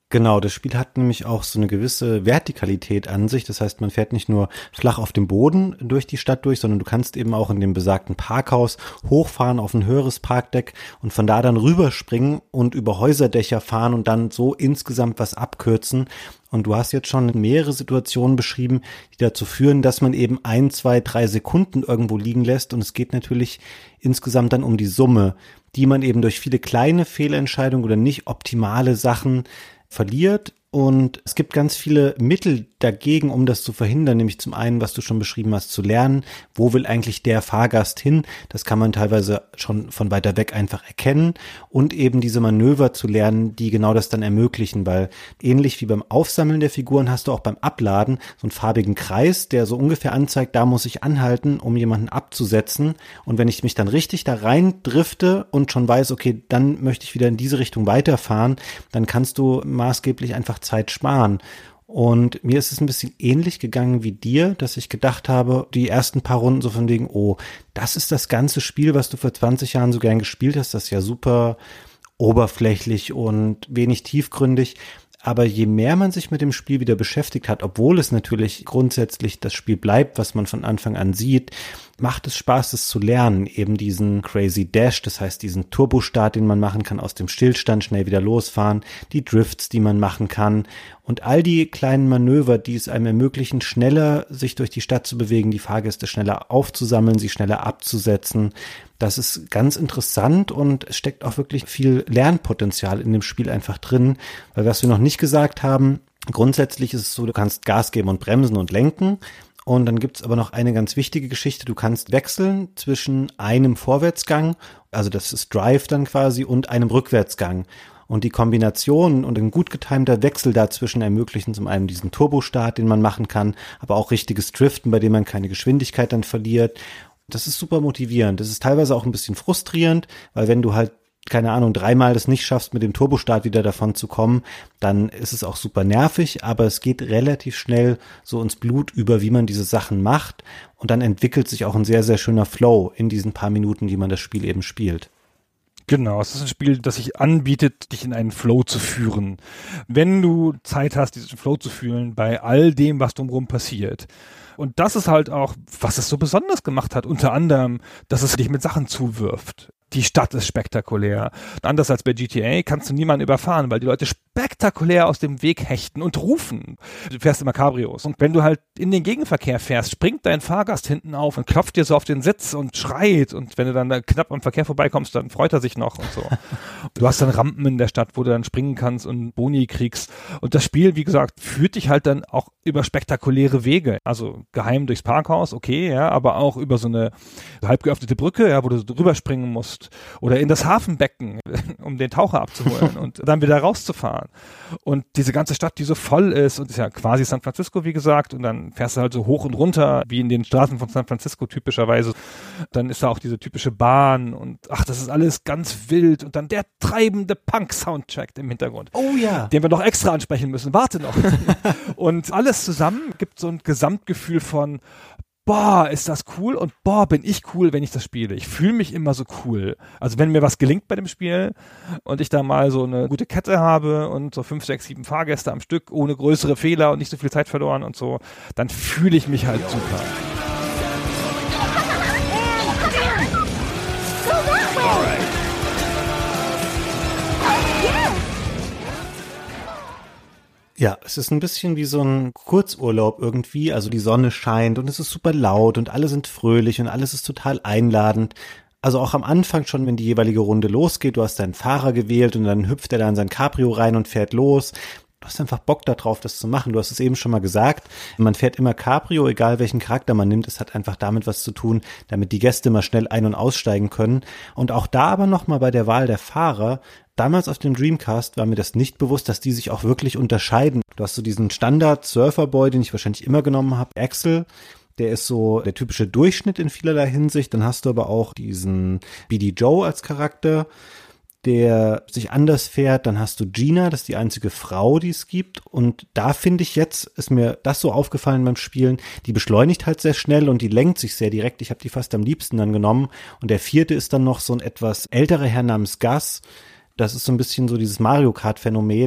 Genau, das Spiel hat nämlich auch so eine gewisse Vertikalität an sich. Das heißt, man fährt nicht nur flach auf dem Boden durch die Stadt durch, sondern du kannst eben auch in dem besagten Parkhaus hochfahren auf ein höheres Parkdeck und von da dann rüberspringen und über Häuserdächer fahren und dann so insgesamt was abkürzen. Und du hast jetzt schon mehrere Situationen beschrieben, die dazu führen, dass man eben ein, zwei, drei Sekunden irgendwo liegen lässt. Und es geht natürlich insgesamt dann um die Summe, die man eben durch viele kleine Fehlentscheidungen oder nicht optimale Sachen verliert. Und es gibt ganz viele Mittel dagegen, um das zu verhindern, nämlich zum einen, was du schon beschrieben hast, zu lernen, wo will eigentlich der Fahrgast hin, das kann man teilweise schon von weiter weg einfach erkennen und eben diese Manöver zu lernen, die genau das dann ermöglichen, weil ähnlich wie beim Aufsammeln der Figuren hast du auch beim Abladen so einen farbigen Kreis, der so ungefähr anzeigt, da muss ich anhalten, um jemanden abzusetzen und wenn ich mich dann richtig da rein drifte und schon weiß, okay, dann möchte ich wieder in diese Richtung weiterfahren, dann kannst du maßgeblich einfach Zeit sparen. Und mir ist es ein bisschen ähnlich gegangen wie dir, dass ich gedacht habe, die ersten paar Runden so von wegen, oh, das ist das ganze Spiel, was du vor zwanzig Jahren so gern gespielt hast, das ist ja super oberflächlich und wenig tiefgründig. Aber je mehr man sich mit dem Spiel wieder beschäftigt hat, obwohl es natürlich grundsätzlich das Spiel bleibt, was man von Anfang an sieht, macht es Spaß, es zu lernen. Eben diesen Crazy Dash, das heißt diesen Turbostart, den man machen kann, aus dem Stillstand schnell wieder losfahren, die Drifts, die man machen kann und all die kleinen Manöver, die es einem ermöglichen, schneller sich durch die Stadt zu bewegen, die Fahrgäste schneller aufzusammeln, sie schneller abzusetzen. Das ist ganz interessant und es steckt auch wirklich viel Lernpotenzial in dem Spiel einfach drin, weil was wir noch nicht gesagt haben, grundsätzlich ist es so, du kannst Gas geben und bremsen und lenken. Und dann gibt's aber noch eine ganz wichtige Geschichte. Du kannst wechseln zwischen einem Vorwärtsgang, also das ist Drive dann quasi, und einem Rückwärtsgang. Und die Kombination und ein gut getimter Wechsel dazwischen ermöglichen zum einen diesen Turbostart, den man machen kann, aber auch richtiges Driften, bei dem man keine Geschwindigkeit dann verliert. Das ist super motivierend. Das ist teilweise auch ein bisschen frustrierend, weil wenn du halt keine Ahnung, dreimal das nicht schaffst, mit dem Turbostart wieder davon zu kommen, dann ist es auch super nervig, aber es geht relativ schnell so ins Blut über, wie man diese Sachen macht und dann entwickelt sich auch ein sehr, sehr schöner Flow in diesen paar Minuten, die man das Spiel eben spielt. Genau, es ist ein Spiel, das sich anbietet, dich in einen Flow zu führen. Wenn du Zeit hast, diesen Flow zu fühlen bei all dem, was drumherum passiert. Und das ist halt auch, was es so besonders gemacht hat, unter anderem, dass es dich mit Sachen zuwirft. Die Stadt ist spektakulär. Anders als bei G T A kannst du niemanden überfahren, weil die Leute spektakulär aus dem Weg hechten und rufen. Du fährst immer Cabrios. Und wenn du halt in den Gegenverkehr fährst, springt dein Fahrgast hinten auf und klopft dir so auf den Sitz und schreit. Und wenn du dann da knapp am Verkehr vorbeikommst, dann freut er sich noch und so. Du hast dann Rampen in der Stadt, wo du dann springen kannst und Boni kriegst. Und das Spiel, wie gesagt, führt dich halt dann auch über spektakuläre Wege. Also geheim durchs Parkhaus, okay, ja, aber auch über so eine halb geöffnete Brücke, ja, wo du drüber springen musst. Oder in das Hafenbecken, um den Taucher abzuholen und dann wieder rauszufahren. Und diese ganze Stadt, die so voll ist und ist ja quasi San Francisco, wie gesagt, und dann fährst du halt so hoch und runter, wie in den Straßen von San Francisco typischerweise. Dann ist da auch diese typische Bahn und ach, das ist alles ganz wild und dann der treibende Punk-Soundtrack im Hintergrund. Oh ja. Den wir noch extra ansprechen müssen. Warte noch. Und alles zusammen gibt so ein Gesamtgefühl von boah, ist das cool und boah, bin ich cool, wenn ich das spiele. Ich fühle mich immer so cool. Also wenn mir was gelingt bei dem Spiel und ich da mal so eine gute Kette habe und so fünf, sechs, sieben Fahrgäste am Stück ohne größere Fehler und nicht so viel Zeit verloren und so, dann fühle ich mich halt super. Ja, es ist ein bisschen wie so ein Kurzurlaub irgendwie, also die Sonne scheint und es ist super laut und alle sind fröhlich und alles ist total einladend. Also auch am Anfang schon, wenn die jeweilige Runde losgeht, du hast deinen Fahrer gewählt und dann hüpft er da in sein Cabrio rein und fährt los. Du hast einfach Bock darauf, das zu machen. Du hast es eben schon mal gesagt, man fährt immer Cabrio, egal welchen Charakter man nimmt. Es hat einfach damit was zu tun, damit die Gäste mal schnell ein- und aussteigen können. Und auch da aber nochmal bei der Wahl der Fahrer, damals auf dem Dreamcast war mir das nicht bewusst, dass die sich auch wirklich unterscheiden. Du hast so diesen Standard-Surferboy, den ich wahrscheinlich immer genommen habe, Axel. Der ist so der typische Durchschnitt in vielerlei Hinsicht. Dann hast du aber auch diesen B D Joe als Charakter, der sich anders fährt. Dann hast du Gina, das ist die einzige Frau, die es gibt. Und da finde ich jetzt, ist mir das so aufgefallen beim Spielen, die beschleunigt halt sehr schnell und die lenkt sich sehr direkt. Ich habe die fast am liebsten dann genommen. Und der vierte ist dann noch so ein etwas älterer Herr namens Gus. Das ist so ein bisschen so dieses Mario Kart Phänomen.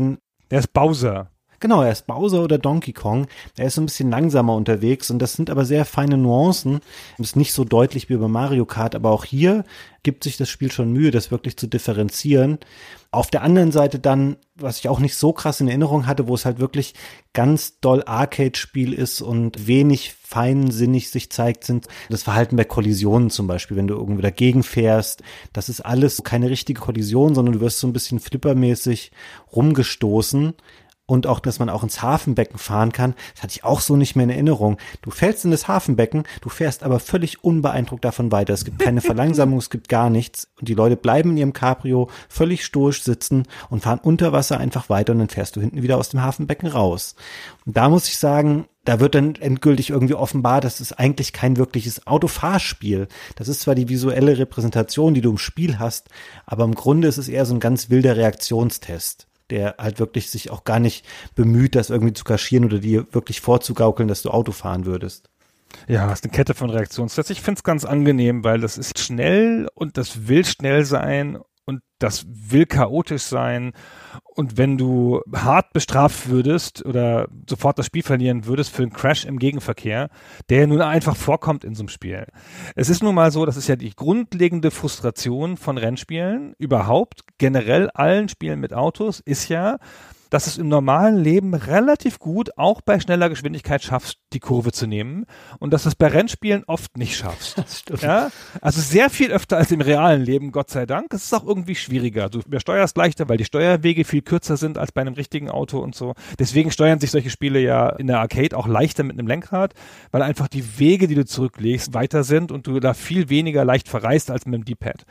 Der ist Bowser. Genau, er ist Bowser oder Donkey Kong. Er ist so ein bisschen langsamer unterwegs und das sind aber sehr feine Nuancen. Ist nicht so deutlich wie bei Mario Kart, aber auch hier gibt sich das Spiel schon Mühe, das wirklich zu differenzieren. Auf der anderen Seite dann, was ich auch nicht so krass in Erinnerung hatte, wo es halt wirklich ganz doll Arcade-Spiel ist und wenig feinsinnig sich zeigt, sind das Verhalten bei Kollisionen zum Beispiel, wenn du irgendwo dagegen fährst. Das ist alles keine richtige Kollision, sondern du wirst so ein bisschen flippermäßig rumgestoßen. Und auch, dass man auch ins Hafenbecken fahren kann, das hatte ich auch so nicht mehr in Erinnerung. Du fällst in das Hafenbecken, du fährst aber völlig unbeeindruckt davon weiter. Es gibt keine Verlangsamung, es gibt gar nichts. Und die Leute bleiben in ihrem Cabrio völlig stoisch sitzen und fahren unter Wasser einfach weiter und dann fährst du hinten wieder aus dem Hafenbecken raus. Und da muss ich sagen, da wird dann endgültig irgendwie offenbar, das ist eigentlich kein wirkliches Autofahrspiel. Das ist zwar die visuelle Repräsentation, die du im Spiel hast, aber im Grunde ist es eher so ein ganz wilder Reaktionstest, der halt wirklich sich auch gar nicht bemüht, das irgendwie zu kaschieren oder dir wirklich vorzugaukeln, dass du Auto fahren würdest. Ja, es ist eine Kette von Reaktionstests. Ich finde es ganz angenehm, weil das ist schnell und das will schnell sein und das will chaotisch sein. Und wenn du hart bestraft würdest oder sofort das Spiel verlieren würdest für einen Crash im Gegenverkehr, der nun einfach vorkommt in so einem Spiel. Es ist nun mal so, das ist ja die grundlegende Frustration von Rennspielen überhaupt, generell allen Spielen mit Autos, ist ja, dass es im normalen Leben relativ gut auch bei schneller Geschwindigkeit schaffst, die Kurve zu nehmen und dass du es bei Rennspielen oft nicht schaffst. Das stimmt. Ja? Also sehr viel öfter als im realen Leben, Gott sei Dank. Es ist auch irgendwie schwieriger. Du übersteuerst leichter, weil die Steuerwege viel kürzer sind als bei einem richtigen Auto und so. Deswegen steuern sich solche Spiele ja in der Arcade auch leichter mit einem Lenkrad, weil einfach die Wege, die du zurücklegst, weiter sind und du da viel weniger leicht verreist als mit dem D-Pad.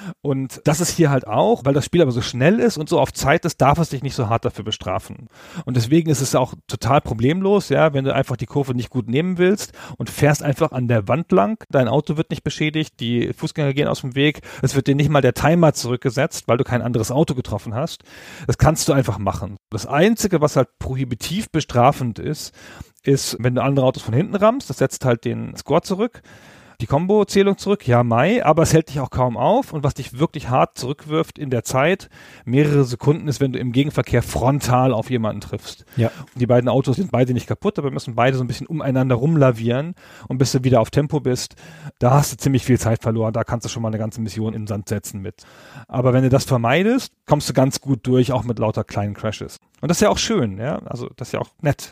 Und das ist hier halt auch, weil das Spiel aber so schnell ist und so auf Zeit ist, darf es dich nicht so hart dafür bestrafen. Und deswegen ist es auch total problemlos, ja, wenn du einfach die Kurve nicht gut nehmen willst und fährst einfach an der Wand lang, dein Auto wird nicht beschädigt, die Fußgänger gehen aus dem Weg, es wird dir nicht mal der Timer zurückgesetzt, weil du kein anderes Auto getroffen hast. Das kannst du einfach machen. Das Einzige, was halt prohibitiv bestrafend ist, ist, wenn du andere Autos von hinten rammst, das setzt halt den Score zurück. Die Kombo-Zählung zurück, ja, Mai, aber es hält dich auch kaum auf und was dich wirklich hart zurückwirft in der Zeit, mehrere Sekunden, ist, wenn du im Gegenverkehr frontal auf jemanden triffst. Ja. Und die beiden Autos sind beide nicht kaputt, aber müssen beide so ein bisschen umeinander rumlavieren und bis du wieder auf Tempo bist, da hast du ziemlich viel Zeit verloren, da kannst du schon mal eine ganze Mission in den Sand setzen mit. Aber wenn du das vermeidest, kommst du ganz gut durch, auch mit lauter kleinen Crashes. Und das ist ja auch schön, ja, also das ist ja auch nett.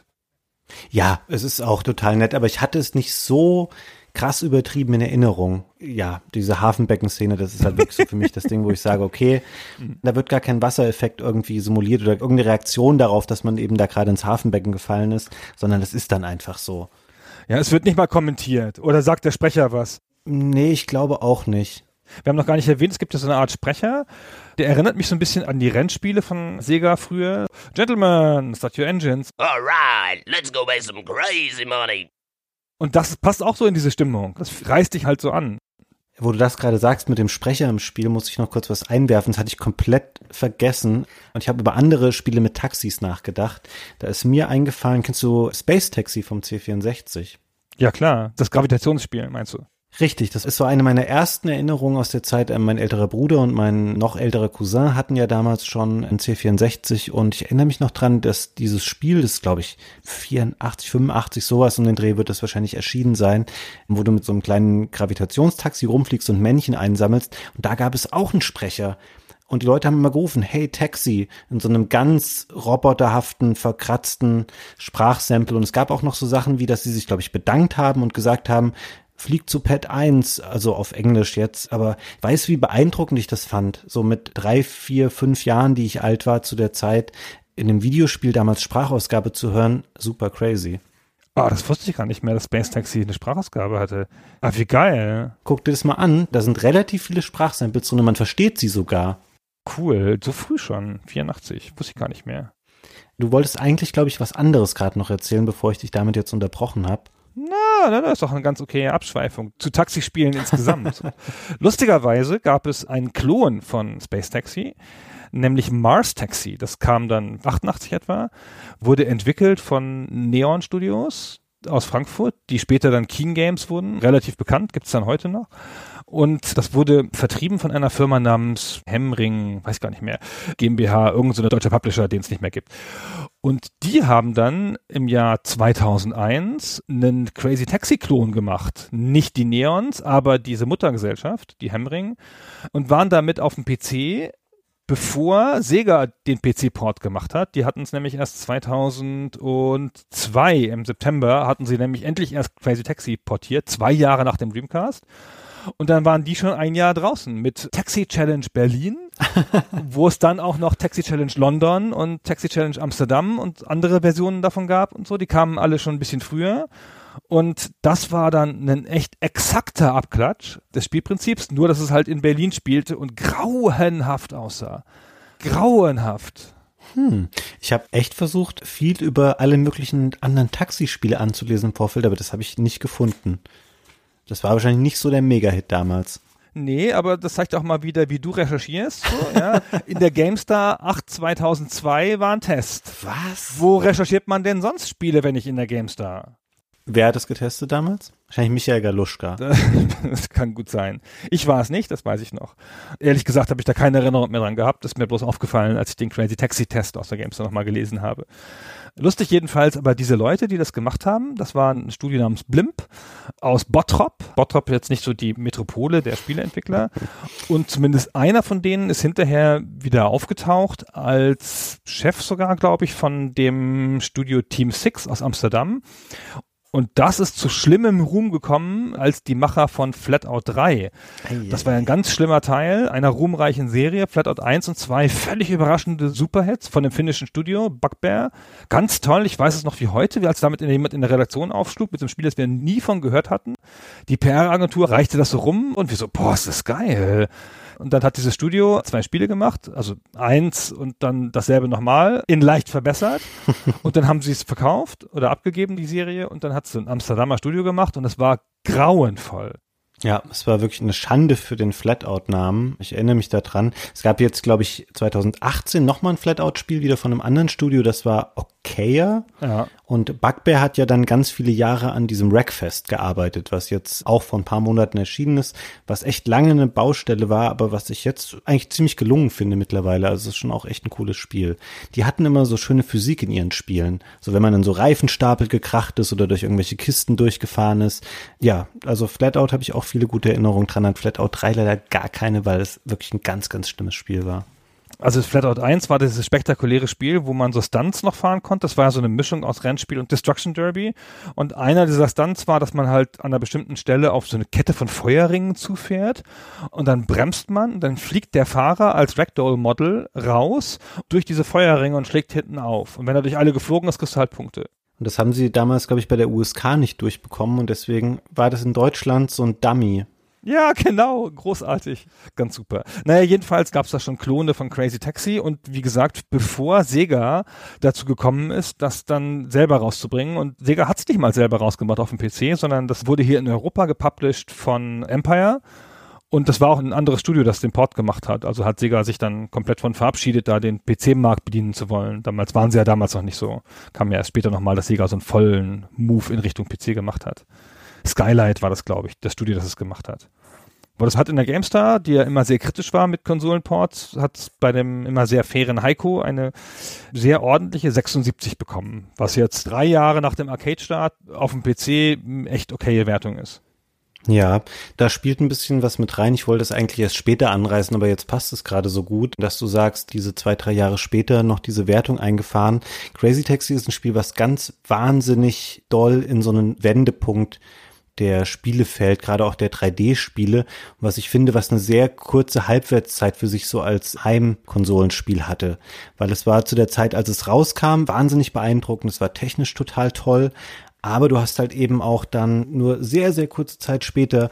Ja, es ist auch total nett, aber ich hatte es nicht so krass übertrieben in Erinnerung. Ja, diese Hafenbecken-Szene, das ist halt wirklich so für mich das Ding, wo ich sage, okay, da wird gar kein Wassereffekt irgendwie simuliert oder irgendeine Reaktion darauf, dass man eben da gerade ins Hafenbecken gefallen ist, sondern das ist dann einfach so. Ja, es wird nicht mal kommentiert. Oder sagt der Sprecher was? Nee, ich glaube auch nicht. Wir haben noch gar nicht erwähnt, es gibt ja so eine Art Sprecher, der erinnert mich so ein bisschen an die Rennspiele von Sega früher. Gentlemen, start your engines. All right, let's go make some crazy money. Und das passt auch so in diese Stimmung. Das reißt dich halt so an. Wo du das gerade sagst mit dem Sprecher im Spiel, muss ich noch kurz was einwerfen. Das hatte ich komplett vergessen. Und ich habe über andere Spiele mit Taxis nachgedacht. Da ist mir eingefallen, kennst du Space Taxi vom C vierundsechzig? Ja klar, das Gravitationsspiel, meinst du? Richtig, das ist so eine meiner ersten Erinnerungen aus der Zeit. Mein älterer Bruder und mein noch älterer Cousin hatten ja damals schon einen C vierundsechzig und ich erinnere mich noch dran, dass dieses Spiel, das glaube ich vierundachtzig, fünfundachtzig, sowas um den Dreh wird das wahrscheinlich erschienen sein, wo du mit so einem kleinen Gravitationstaxi rumfliegst und Männchen einsammelst und da gab es auch einen Sprecher. Und die Leute haben immer gerufen, hey Taxi, in so einem ganz roboterhaften, verkratzten Sprachsample. Und es gab auch noch so Sachen wie, dass sie sich, glaube ich, bedankt haben und gesagt haben, flieg zu Pad eins, also auf Englisch jetzt, aber ich weiß, wie beeindruckend ich das fand, so mit drei, vier, fünf Jahren, die ich alt war zu der Zeit, in einem Videospiel damals Sprachausgabe zu hören, super crazy. Ah, das wusste ich gar nicht mehr, dass Space Taxi eine Sprachausgabe hatte. Ah, wie geil. Guck dir das mal an, da sind relativ viele Sprachsamples drin und man versteht sie sogar. Cool, so früh schon, vierundachtzig, wusste ich gar nicht mehr. Du wolltest eigentlich, glaube ich, was anderes gerade noch erzählen, bevor ich dich damit jetzt unterbrochen habe. Na, na, das ist doch eine ganz okaye Abschweifung zu Taxispielen insgesamt. Lustigerweise gab es einen Klon von Space Taxi, nämlich Mars Taxi. Das kam dann achtundachtzig etwa, wurde entwickelt von Neon Studios. aus Frankfurt, die später dann Keen Games wurden, relativ bekannt, gibt's dann heute noch. Und das wurde vertrieben von einer Firma namens Hemring, weiß gar nicht mehr, GmbH, irgend so eine deutsche Publisher, den es nicht mehr gibt. Und die haben dann im Jahr zweitausendeins einen Crazy Taxi-Klon gemacht. Nicht die Neons, aber diese Muttergesellschaft, die Hemring, und waren damit auf dem P C, bevor Sega den P C-Port gemacht hat. Die hatten es nämlich erst zweitausendzwei im September, hatten sie nämlich endlich erst Crazy Taxi portiert, zwei Jahre nach dem Dreamcast. Und dann waren die schon ein Jahr draußen mit Taxi Challenge Berlin, wo es dann auch noch Taxi Challenge London und Taxi Challenge Amsterdam und andere Versionen davon gab und so. Die kamen alle schon ein bisschen früher. Und das war dann ein echt exakter Abklatsch des Spielprinzips, nur dass es halt in Berlin spielte und grauenhaft aussah. Grauenhaft. Hm. Ich habe echt versucht, viel über alle möglichen anderen Taxispiele anzulesen im Vorfeld, aber das habe ich nicht gefunden. Das war wahrscheinlich nicht so der Mega-Hit damals. Nee, aber das zeigt auch mal wieder, wie du recherchierst. So, ja. In der GameStar acht zweitausendzwei war ein Test. Was? Wo recherchiert man denn sonst Spiele, wenn nicht in der GameStar? Wer hat das getestet damals? Wahrscheinlich Michael Galuschka. Das kann gut sein. Ich war es nicht, das weiß ich noch. Ehrlich gesagt habe ich da keine Erinnerung mehr dran gehabt. Das ist mir bloß aufgefallen, als ich den Crazy Taxi Test aus der GameStar nochmal gelesen habe. Lustig jedenfalls, aber diese Leute, die das gemacht haben, das war ein Studio namens Blimp aus Bottrop. Bottrop jetzt nicht so die Metropole der Spieleentwickler. Und zumindest einer von denen ist hinterher wieder aufgetaucht als Chef sogar, glaube ich, von dem Studio Team Six aus Amsterdam. Und das ist zu schlimmem Ruhm gekommen als die Macher von Flatout drei. Das war ja ein ganz schlimmer Teil einer ruhmreichen Serie. Flatout eins und zwei, völlig überraschende Superhits von dem finnischen Studio, Bugbear. Ganz toll, ich weiß es noch wie heute, als damit jemand in der Redaktion aufschlug mit so einem Spiel, das wir nie von gehört hatten. Die P R-Agentur reichte das so rum und wir so, boah, ist das geil. Und dann hat dieses Studio zwei Spiele gemacht, also eins und dann dasselbe nochmal, in leicht verbessert. Und dann haben sie es verkauft oder abgegeben, die Serie, und dann hat es ein Amsterdamer Studio gemacht und es war grauenvoll. Ja, es war wirklich eine Schande für den Flatout-Namen. Ich erinnere mich daran. Es gab jetzt, glaube ich, zweitausendachtzehn nochmal ein Flatout-Spiel wieder von einem anderen Studio. Das war Okaya. Ja. Und Bugbear hat ja dann ganz viele Jahre an diesem Wreckfest gearbeitet, was jetzt auch vor ein paar Monaten erschienen ist, was echt lange eine Baustelle war, aber was ich jetzt eigentlich ziemlich gelungen finde mittlerweile. Also es ist schon auch echt ein cooles Spiel. Die hatten immer so schöne Physik in ihren Spielen. So wenn man in so Reifenstapel gekracht ist oder durch irgendwelche Kisten durchgefahren ist. Ja, also Flatout habe ich auch viele gute Erinnerungen dran, an Flatout drei leider gar keine, weil es wirklich ein ganz, ganz schlimmes Spiel war. Also Flatout eins war dieses spektakuläre Spiel, wo man so Stunts noch fahren konnte. Das war ja so eine Mischung aus Rennspiel und Destruction Derby. Und einer dieser Stunts war, dass man halt an einer bestimmten Stelle auf so eine Kette von Feuerringen zufährt und dann bremst man und dann fliegt der Fahrer als Ragdoll-Model raus durch diese Feuerringe und schlägt hinten auf. Und wenn er durch alle geflogen ist, kriegst du halt Punkte. Und das haben sie damals, glaube ich, bei der U S K nicht durchbekommen und deswegen war das in Deutschland so ein Dummy. Ja, genau, großartig, ganz super. Naja, jedenfalls gab es da schon Klone von Crazy Taxi und wie gesagt, bevor Sega dazu gekommen ist, das dann selber rauszubringen, und Sega hat es nicht mal selber rausgemacht auf dem P C, sondern das wurde hier in Europa gepublished von Empire und das war auch ein anderes Studio, das den Port gemacht hat. Also hat Sega sich dann komplett von verabschiedet, da den P C-Markt bedienen zu wollen. Damals waren sie ja damals noch nicht so. Kam ja erst später nochmal, dass Sega so einen vollen Move in Richtung P C gemacht hat. Skylight war das, glaube ich, das Studio, das es gemacht hat. Aber das hat in der GameStar, die ja immer sehr kritisch war mit Konsolenports, hat bei dem immer sehr fairen Heiko eine sehr ordentliche sechsundsiebzig bekommen, was jetzt drei Jahre nach dem Arcade-Start auf dem P C echt okaye Wertung ist. Ja, da spielt ein bisschen was mit rein. Ich wollte es eigentlich erst später anreißen, aber jetzt passt es gerade so gut, dass du sagst, diese zwei, drei Jahre später noch diese Wertung eingefahren. Crazy Taxi ist ein Spiel, was ganz wahnsinnig doll in so einen Wendepunkt der Spiele fällt, gerade auch der drei D-Spiele, was ich finde, was eine sehr kurze Halbwertszeit für sich so als Heimkonsolenspiel hatte, weil es war zu der Zeit, als es rauskam, wahnsinnig beeindruckend, es war technisch total toll, aber du hast halt eben auch dann nur sehr, sehr kurze Zeit später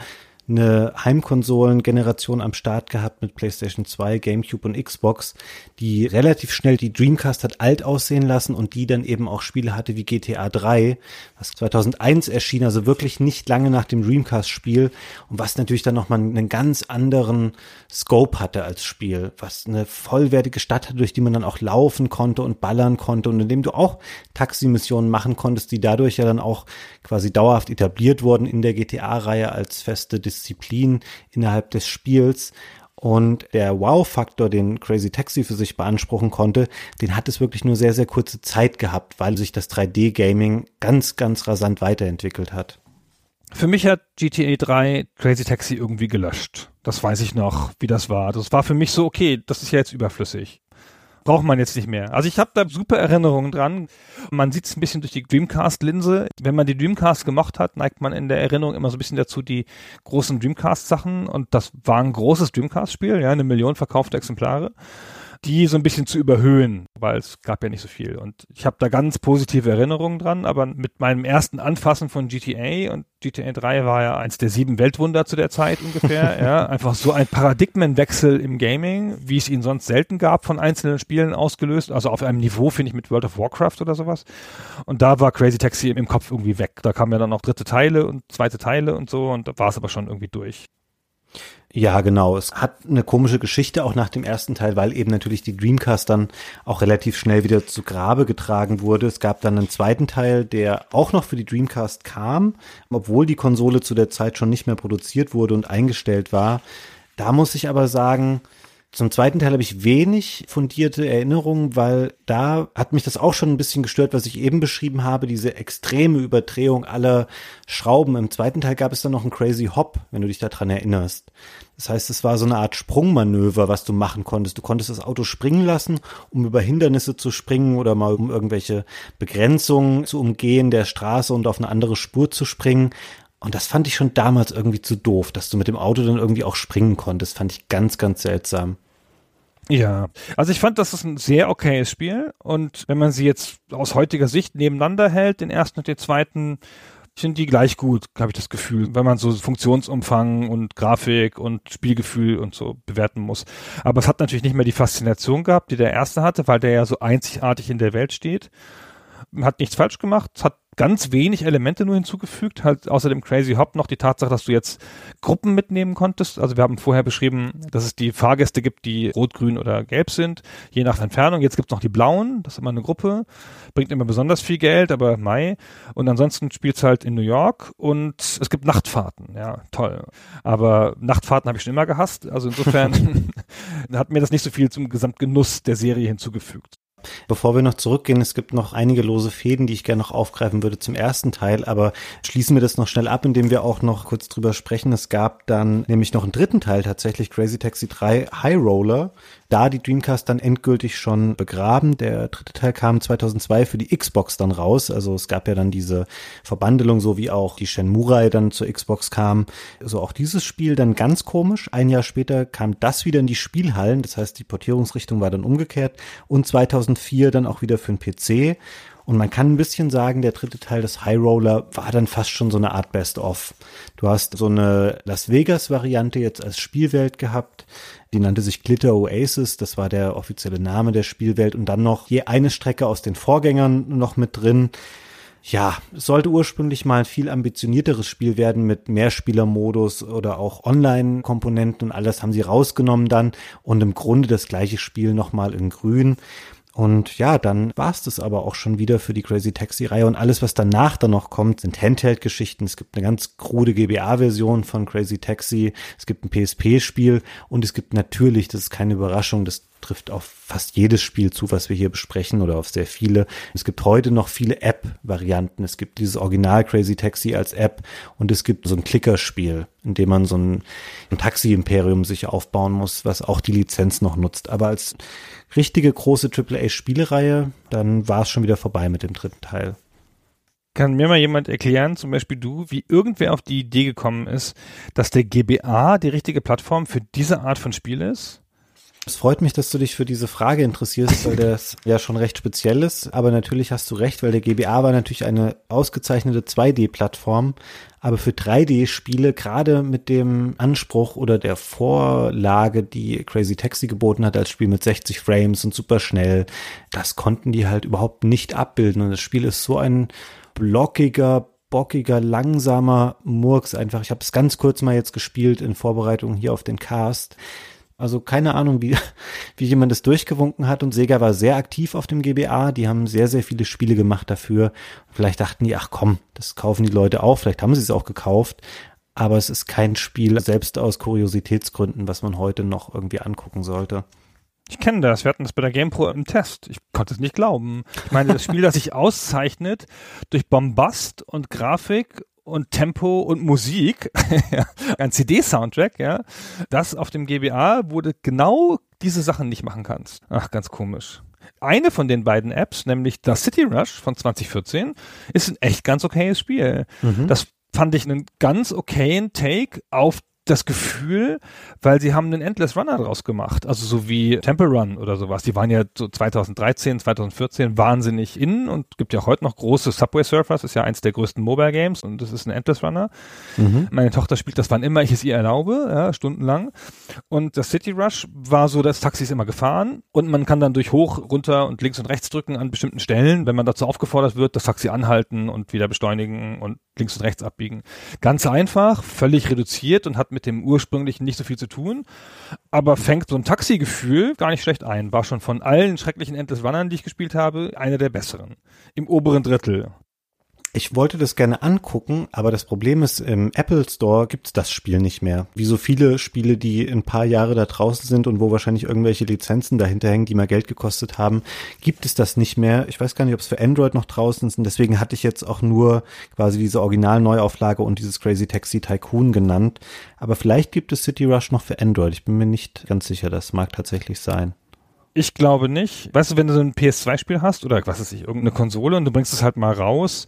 eine Heimkonsolen-Generation am Start gehabt mit PlayStation zwei, GameCube und Xbox, die relativ schnell die Dreamcast hat alt aussehen lassen und die dann eben auch Spiele hatte wie G T A drei, was zweitausendeins erschien, also wirklich nicht lange nach dem Dreamcast-Spiel und was natürlich dann nochmal einen ganz anderen Scope hatte als Spiel, was eine vollwertige Stadt hatte, durch die man dann auch laufen konnte und ballern konnte und in dem du auch Taximissionen machen konntest, die dadurch ja dann auch quasi dauerhaft etabliert wurden in der G T A-Reihe als feste Disziplin innerhalb des Spiels. Und der Wow-Faktor, den Crazy Taxi für sich beanspruchen konnte, den hat es wirklich nur sehr, sehr kurze Zeit gehabt, weil sich das drei D-Gaming ganz, ganz rasant weiterentwickelt hat. Für mich hat G T A drei Crazy Taxi irgendwie gelöscht. Das weiß ich noch, wie das war. Das war für mich so, okay, das ist ja jetzt überflüssig. Braucht man jetzt nicht mehr. Also ich habe da super Erinnerungen dran. Man sieht es ein bisschen durch die Dreamcast-Linse. Wenn man die Dreamcast gemocht hat, neigt man in der Erinnerung immer so ein bisschen dazu, die großen Dreamcast-Sachen. Und das war ein großes Dreamcast-Spiel, ja, eine Million verkaufte Exemplare, die so ein bisschen zu überhöhen, weil es gab ja nicht so viel. Und ich habe da ganz positive Erinnerungen dran, aber mit meinem ersten Anfassen von G T A, und G T A drei war ja eins der sieben Weltwunder zu der Zeit ungefähr, ja, einfach so ein Paradigmenwechsel im Gaming, wie es ihn sonst selten gab, von einzelnen Spielen ausgelöst, also auf einem Niveau, finde ich, mit World of Warcraft oder sowas. Und da war Crazy Taxi im Kopf irgendwie weg. Da kamen ja dann noch dritte Teile und zweite Teile und so, und da war es aber schon irgendwie durch. Ja, genau. Es hat eine komische Geschichte auch nach dem ersten Teil, weil eben natürlich die Dreamcast dann auch relativ schnell wieder zu Grabe getragen wurde. Es gab dann einen zweiten Teil, der auch noch für die Dreamcast kam, obwohl die Konsole zu der Zeit schon nicht mehr produziert wurde und eingestellt war. Da muss ich aber sagen, zum zweiten Teil habe ich wenig fundierte Erinnerungen, weil da hat mich das auch schon ein bisschen gestört, was ich eben beschrieben habe, diese extreme Überdrehung aller Schrauben. Im zweiten Teil gab es dann noch einen Crazy Hop, wenn du dich daran erinnerst. Das heißt, es war so eine Art Sprungmanöver, was du machen konntest. Du konntest das Auto springen lassen, um über Hindernisse zu springen oder mal um irgendwelche Begrenzungen zu umgehen der Straße und auf eine andere Spur zu springen. Und das fand ich schon damals irgendwie zu doof, dass du mit dem Auto dann irgendwie auch springen konntest. Fand ich ganz, ganz seltsam. Ja, also ich fand, das ist ein sehr okayes Spiel, und wenn man sie jetzt aus heutiger Sicht nebeneinander hält, den ersten und den zweiten, sind die gleich gut, habe ich das Gefühl, wenn man so Funktionsumfang und Grafik und Spielgefühl und so bewerten muss. Aber es hat natürlich nicht mehr die Faszination gehabt, die der erste hatte, weil der ja so einzigartig in der Welt steht. Hat nichts falsch gemacht, hat ganz wenig Elemente nur hinzugefügt, halt außer dem Crazy Hop noch die Tatsache, dass du jetzt Gruppen mitnehmen konntest. Also wir haben vorher beschrieben, dass es die Fahrgäste gibt, die rot, grün oder gelb sind, je nach Entfernung. Jetzt gibt es noch die blauen, das ist immer eine Gruppe, bringt immer besonders viel Geld, aber Mai. Und ansonsten spielt es halt in New York, und es gibt Nachtfahrten, ja, toll. Aber Nachtfahrten habe ich schon immer gehasst, also insofern hat mir das nicht so viel zum Gesamtgenuss der Serie hinzugefügt. Bevor wir noch zurückgehen, es gibt noch einige lose Fäden, die ich gerne noch aufgreifen würde zum ersten Teil, aber schließen wir das noch schnell ab, indem wir auch noch kurz drüber sprechen. Es gab dann nämlich noch einen dritten Teil, tatsächlich Crazy Taxi drei High Roller. Da die Dreamcast dann endgültig schon begraben. Der dritte Teil kam zweitausendzwei für die Xbox dann raus. Also es gab ja dann diese Verbandelung, so wie auch die Shenmue-Reihe dann zur Xbox kam. Also auch dieses Spiel dann ganz komisch. Ein Jahr später kam das wieder in die Spielhallen. Das heißt, die Portierungsrichtung war dann umgekehrt. Und zweitausendvier dann auch wieder für den P C. Und man kann ein bisschen sagen, der dritte Teil des High Roller war dann fast schon so eine Art Best-of. Du hast so eine Las Vegas-Variante jetzt als Spielwelt gehabt. Die nannte sich Glitter Oasis, das war der offizielle Name der Spielwelt. Und dann noch je eine Strecke aus den Vorgängern noch mit drin. Ja, es sollte ursprünglich mal ein viel ambitionierteres Spiel werden mit Mehrspielermodus oder auch Online-Komponenten, und alles haben sie rausgenommen dann. Und im Grunde das gleiche Spiel nochmal in grün. Und ja, dann war es das aber auch schon wieder für die Crazy Taxi-Reihe, und alles, was danach dann noch kommt, sind Handheld-Geschichten. Es gibt eine ganz krude G B A-Version von Crazy Taxi, es gibt ein P S P-Spiel, und es gibt natürlich, das ist keine Überraschung, das trifft auf fast jedes Spiel zu, was wir hier besprechen, oder auf sehr viele. Es gibt heute noch viele App-Varianten. Es gibt dieses Original Crazy Taxi als App, und es gibt so ein Klickerspiel, in dem man so ein, ein Taxi-Imperium sich aufbauen muss, was auch die Lizenz noch nutzt. Aber als richtige große Triple A-Spielereihe, dann war es schon wieder vorbei mit dem dritten Teil. Kann mir mal jemand erklären, zum Beispiel du, wie irgendwer auf die Idee gekommen ist, dass der G B A die richtige Plattform für diese Art von Spiel ist? Es freut mich, dass du dich für diese Frage interessierst, weil das ja schon recht speziell ist. Aber natürlich hast du recht, weil der G B A war natürlich eine ausgezeichnete zwei D-Plattform. Aber für drei D-Spiele, gerade mit dem Anspruch oder der Vorlage, die Crazy Taxi geboten hat als Spiel mit sechzig Frames und super schnell, das konnten die halt überhaupt nicht abbilden. Und das Spiel ist so ein blockiger, bockiger, langsamer Murks einfach. Ich habe es ganz kurz mal jetzt gespielt in Vorbereitung hier auf den Cast. Also keine Ahnung, wie, wie jemand das durchgewunken hat, und Sega war sehr aktiv auf dem G B A, die haben sehr, sehr viele Spiele gemacht dafür. Vielleicht dachten die, ach komm, das kaufen die Leute auch, vielleicht haben sie es auch gekauft, aber es ist kein Spiel, selbst aus Kuriositätsgründen, was man heute noch irgendwie angucken sollte. Ich kenne das, wir hatten das bei der GamePro im Test. Ich konnte es nicht glauben. Ich meine, das Spiel, das sich auszeichnet durch Bombast und Grafik und Tempo und Musik, ein C D-Soundtrack, ja, das auf dem G B A, wo du genau diese Sachen nicht machen kannst. Ach, ganz komisch. Eine von den beiden Apps, nämlich das City Rush von zwanzig vierzehn, ist ein echt ganz okayes Spiel. Mhm. Das fand ich einen ganz okayen Take auf das Gefühl, weil sie haben einen Endless Runner draus gemacht, also so wie Temple Run oder sowas. Die waren ja so zwanzig dreizehn, zwanzig vierzehn wahnsinnig in und gibt ja auch heute noch große Subway Surfers, ist ja eins der größten Mobile Games und das ist ein Endless Runner. Mhm. Meine Tochter spielt das, wann immer ich es ihr erlaube, ja, stundenlang. Und das City Rush war so, das Taxi ist immer gefahren und man kann dann durch hoch, runter und links und rechts drücken an bestimmten Stellen, wenn man dazu aufgefordert wird, das Taxi anhalten und wieder beschleunigen und links und rechts abbiegen. Ganz einfach, völlig reduziert und hat mit dem ursprünglichen nicht so viel zu tun, aber fängt so ein Taxi-Gefühl gar nicht schlecht ein. War schon von allen schrecklichen Endless Runnern, die ich gespielt habe, einer der besseren. Im oberen Drittel. Ich wollte das gerne angucken, aber das Problem ist, im Apple Store gibt's das Spiel nicht mehr. Wie so viele Spiele, die ein paar Jahre da draußen sind und wo wahrscheinlich irgendwelche Lizenzen dahinter hängen, die mal Geld gekostet haben, gibt es das nicht mehr. Ich weiß gar nicht, ob es für Android noch draußen ist, und deswegen hatte ich jetzt auch nur quasi diese Original-Neuauflage und dieses Crazy Taxi Tycoon genannt. Aber vielleicht gibt es City Rush noch für Android. Ich bin mir nicht ganz sicher, das mag tatsächlich sein. Ich glaube nicht. Weißt du, wenn du so ein P S zwei Spiel hast oder was weiß ich, irgendeine Konsole und du bringst es halt mal raus,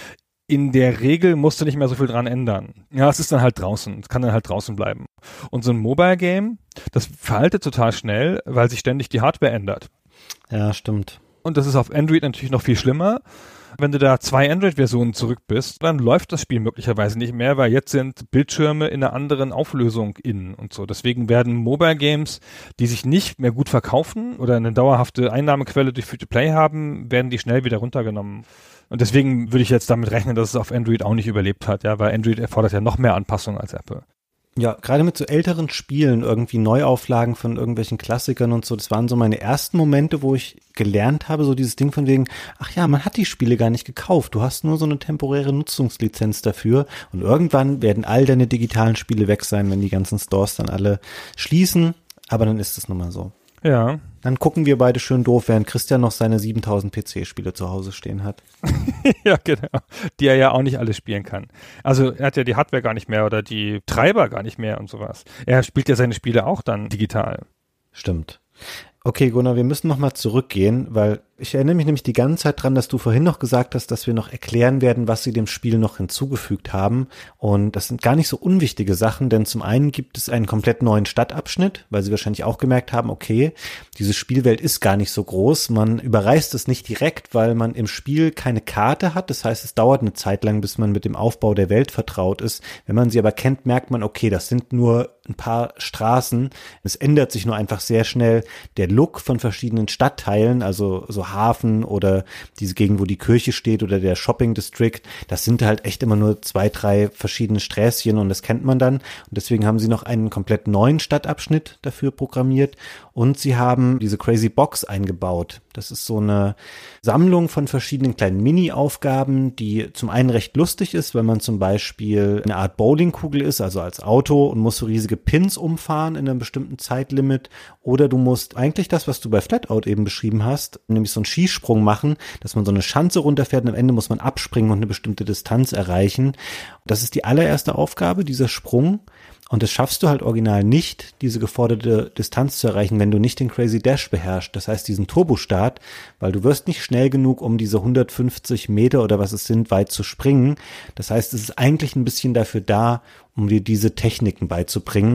in der Regel musst du nicht mehr so viel dran ändern. Ja, es ist dann halt draußen. Es kann dann halt draußen bleiben. Und so ein Mobile-Game, das veraltet total schnell, weil sich ständig die Hardware ändert. Ja, stimmt. Und das ist auf Android natürlich noch viel schlimmer. Wenn du da zwei Android-Versionen zurück bist, dann läuft das Spiel möglicherweise nicht mehr, weil jetzt sind Bildschirme in einer anderen Auflösung in und so. Deswegen werden Mobile-Games, die sich nicht mehr gut verkaufen oder eine dauerhafte Einnahmequelle durch Free-to-Play haben, werden die schnell wieder runtergenommen. Und deswegen würde ich jetzt damit rechnen, dass es auf Android auch nicht überlebt hat, ja, weil Android erfordert ja noch mehr Anpassung als Apple. Ja, gerade mit so älteren Spielen, irgendwie Neuauflagen von irgendwelchen Klassikern und so, das waren so meine ersten Momente, wo ich gelernt habe, so dieses Ding von wegen, ach ja, man hat die Spiele gar nicht gekauft, du hast nur so eine temporäre Nutzungslizenz dafür und irgendwann werden all deine digitalen Spiele weg sein, wenn die ganzen Stores dann alle schließen, aber dann ist es nun mal so. Ja. Dann gucken wir beide schön doof, während Christian noch seine siebentausend P C-Spiele zu Hause stehen hat. Ja, genau. Die er ja auch nicht alle spielen kann. Also er hat ja die Hardware gar nicht mehr oder die Treiber gar nicht mehr und sowas. Er spielt ja seine Spiele auch dann digital. Stimmt. Okay, Gunnar, wir müssen nochmal zurückgehen, weil ich erinnere mich nämlich die ganze Zeit dran, dass du vorhin noch gesagt hast, dass wir noch erklären werden, was sie dem Spiel noch hinzugefügt haben. Und das sind gar nicht so unwichtige Sachen, denn zum einen gibt es einen komplett neuen Stadtabschnitt, weil sie wahrscheinlich auch gemerkt haben, okay, diese Spielwelt ist gar nicht so groß. Man überreißt es nicht direkt, weil man im Spiel keine Karte hat. Das heißt, es dauert eine Zeit lang, bis man mit dem Aufbau der Welt vertraut ist. Wenn man sie aber kennt, merkt man, okay, das sind nur ein paar Straßen. Es ändert sich nur einfach sehr schnell der Look von verschiedenen Stadtteilen, also so Hafen oder diese Gegend, wo die Kirche steht oder der Shopping District, das sind halt echt immer nur zwei, drei verschiedene Sträßchen und das kennt man dann. Und deswegen haben sie noch einen komplett neuen Stadtabschnitt dafür programmiert und sie haben diese Crazy Box eingebaut. Das ist so eine Sammlung von verschiedenen kleinen Mini-Aufgaben, die zum einen recht lustig ist, wenn man zum Beispiel eine Art Bowlingkugel ist, also als Auto und muss so riesige Pins umfahren in einem bestimmten Zeitlimit, oder du musst eigentlich das, was du bei Flatout eben beschrieben hast, nämlich so einen Skisprung machen, dass man so eine Schanze runterfährt und am Ende muss man abspringen und eine bestimmte Distanz erreichen. Das ist die allererste Aufgabe, dieser Sprung. Und das schaffst du halt original nicht, diese geforderte Distanz zu erreichen, wenn du nicht den Crazy Dash beherrschst. Das heißt, diesen Turbostart, weil du wirst nicht schnell genug, um diese hundertfünfzig Meter oder was es sind, weit zu springen. Das heißt, es ist eigentlich ein bisschen dafür da, um dir diese Techniken beizubringen.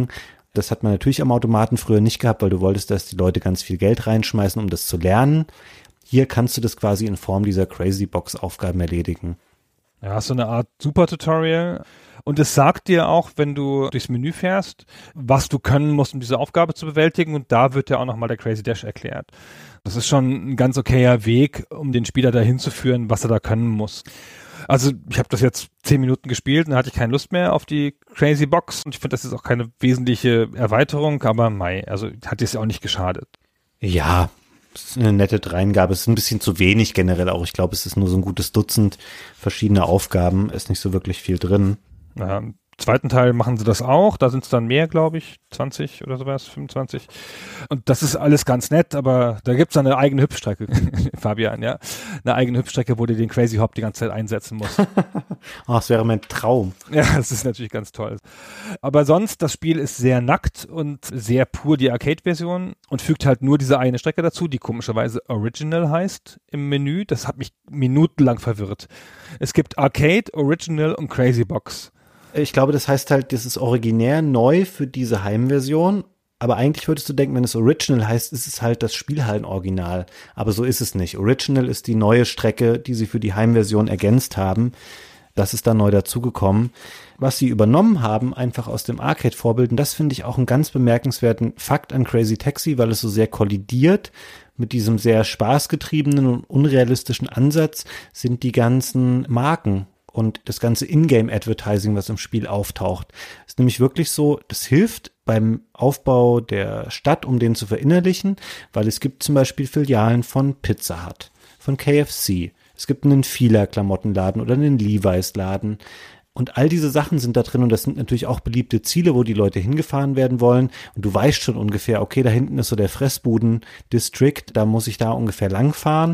Das hat man natürlich am Automaten früher nicht gehabt, weil du wolltest, dass die Leute ganz viel Geld reinschmeißen, um das zu lernen. Hier kannst du das quasi in Form dieser Crazy Box Aufgaben erledigen. Ja, so eine Art Super-Tutorial. Und es sagt dir auch, wenn du durchs Menü fährst, was du können musst, um diese Aufgabe zu bewältigen. Und da wird dir auch nochmal der Crazy Dash erklärt. Das ist schon ein ganz okayer Weg, um den Spieler dahin zu führen, was er da können muss. Also ich habe das jetzt zehn Minuten gespielt und dann hatte ich keine Lust mehr auf die Crazy Box. Und ich finde, das ist auch keine wesentliche Erweiterung, aber mei, also hat es ja auch nicht geschadet. Ja, es ist eine nette Dreingabe. Es ist ein bisschen zu wenig generell auch. Ich glaube, es ist nur so ein gutes Dutzend verschiedene Aufgaben. Ist nicht so wirklich viel drin. Ja, im zweiten Teil machen sie das auch. Da sind es dann mehr, glaube ich, zwanzig oder sowas, fünfundzwanzig. Und das ist alles ganz nett, aber da gibt es eine eigene Hüpfstrecke, Fabian, ja. Eine eigene Hüpfstrecke, wo du den Crazy Hop die ganze Zeit einsetzen musst. Oh, das wäre mein Traum. Ja, das ist natürlich ganz toll. Aber sonst, das Spiel ist sehr nackt und sehr pur die Arcade-Version und fügt halt nur diese eine Strecke dazu, die komischerweise Original heißt im Menü. Das hat mich minutenlang verwirrt. Es gibt Arcade, Original und Crazy Box. Ich glaube, das heißt halt, das ist originär neu für diese Heimversion. Aber eigentlich würdest du denken, wenn es Original heißt, ist es halt das Spielhallen-Original. Aber so ist es nicht. Original ist die neue Strecke, die sie für die Heimversion ergänzt haben. Das ist da neu dazugekommen. Was sie übernommen haben, einfach aus dem Arcade-Vorbild, und das finde ich auch einen ganz bemerkenswerten Fakt an Crazy Taxi, weil es so sehr kollidiert mit diesem sehr spaßgetriebenen und unrealistischen Ansatz, sind die ganzen Marken und das ganze Ingame-Advertising, was im Spiel auftaucht. Ist nämlich wirklich so, das hilft beim Aufbau der Stadt, um den zu verinnerlichen, weil es gibt zum Beispiel Filialen von Pizza Hut, von K F C. Es gibt einen Fila-Klamottenladen oder einen Levi's-Laden. Und all diese Sachen sind da drin und das sind natürlich auch beliebte Ziele, wo die Leute hingefahren werden wollen. Und du weißt schon ungefähr, okay, da hinten ist so der Fressbuden-District, da muss ich da ungefähr langfahren.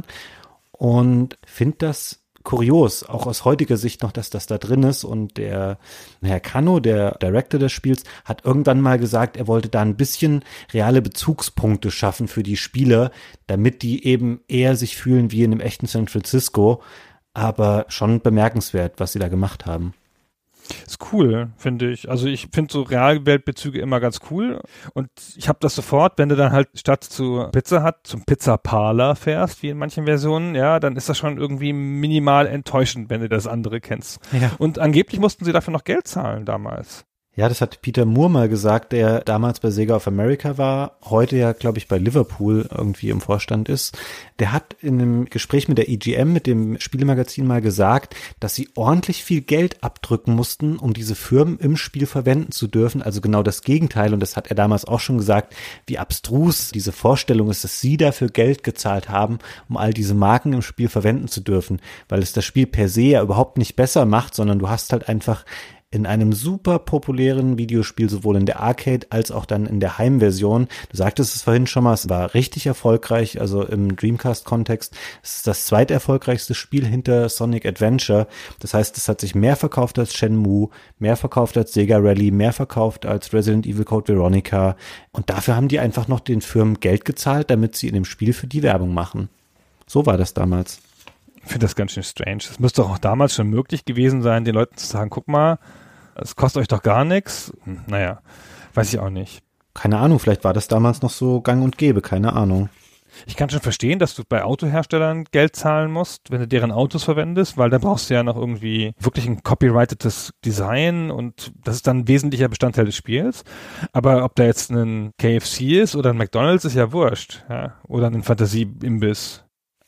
Und finde das kurios, auch aus heutiger Sicht noch, dass das da drin ist. Und der Herr Kano, der Director des Spiels, hat irgendwann mal gesagt, er wollte da ein bisschen reale Bezugspunkte schaffen für die Spieler, damit die eben eher sich fühlen wie in einem echten San Francisco. Aber schon bemerkenswert, was sie da gemacht haben. Ist cool, finde ich. Also ich finde so Realweltbezüge immer ganz cool und ich habe das sofort, wenn du dann halt statt zu Pizza Hut zum Pizza Parlor fährst, wie in manchen Versionen, ja, dann ist das schon irgendwie minimal enttäuschend, wenn du das andere kennst. Ja. Und angeblich mussten sie dafür noch Geld zahlen damals. Ja, das hat Peter Moore mal gesagt, der damals bei Sega of America war, heute ja, glaube ich, bei Liverpool irgendwie im Vorstand ist. Der hat in einem Gespräch mit der E G M, mit dem Spielemagazin, mal gesagt, dass sie ordentlich viel Geld abdrücken mussten, um diese Firmen im Spiel verwenden zu dürfen. Also genau das Gegenteil. Und das hat er damals auch schon gesagt, wie abstrus diese Vorstellung ist, dass sie dafür Geld gezahlt haben, um all diese Marken im Spiel verwenden zu dürfen. Weil es das Spiel per se ja überhaupt nicht besser macht, sondern du hast halt einfach in einem super populären Videospiel, sowohl in der Arcade als auch dann in der Heimversion. Du sagtest es vorhin schon mal, es war richtig erfolgreich, also im Dreamcast-Kontext. Es ist das zweiterfolgreichste Spiel hinter Sonic Adventure. Das heißt, es hat sich mehr verkauft als Shenmue, mehr verkauft als Sega Rally, mehr verkauft als Resident Evil Code Veronica. Und dafür haben die einfach noch den Firmen Geld gezahlt, damit sie in dem Spiel für die Werbung machen. So war das damals. Ich finde das ganz schön strange. Es müsste doch auch damals schon möglich gewesen sein, den Leuten zu sagen, guck mal, es kostet euch doch gar nichts. Hm, naja, weiß ich auch nicht. Keine Ahnung, vielleicht war das damals noch so gang und gäbe, keine Ahnung. Ich kann schon verstehen, dass du bei Autoherstellern Geld zahlen musst, wenn du deren Autos verwendest, weil dann brauchst du ja noch irgendwie wirklich ein copyrightetes Design und das ist dann ein wesentlicher Bestandteil des Spiels. Aber ob da jetzt ein K F C ist oder ein McDonald's, ist ja wurscht. Ja? Oder ein Fantasie-Imbiss.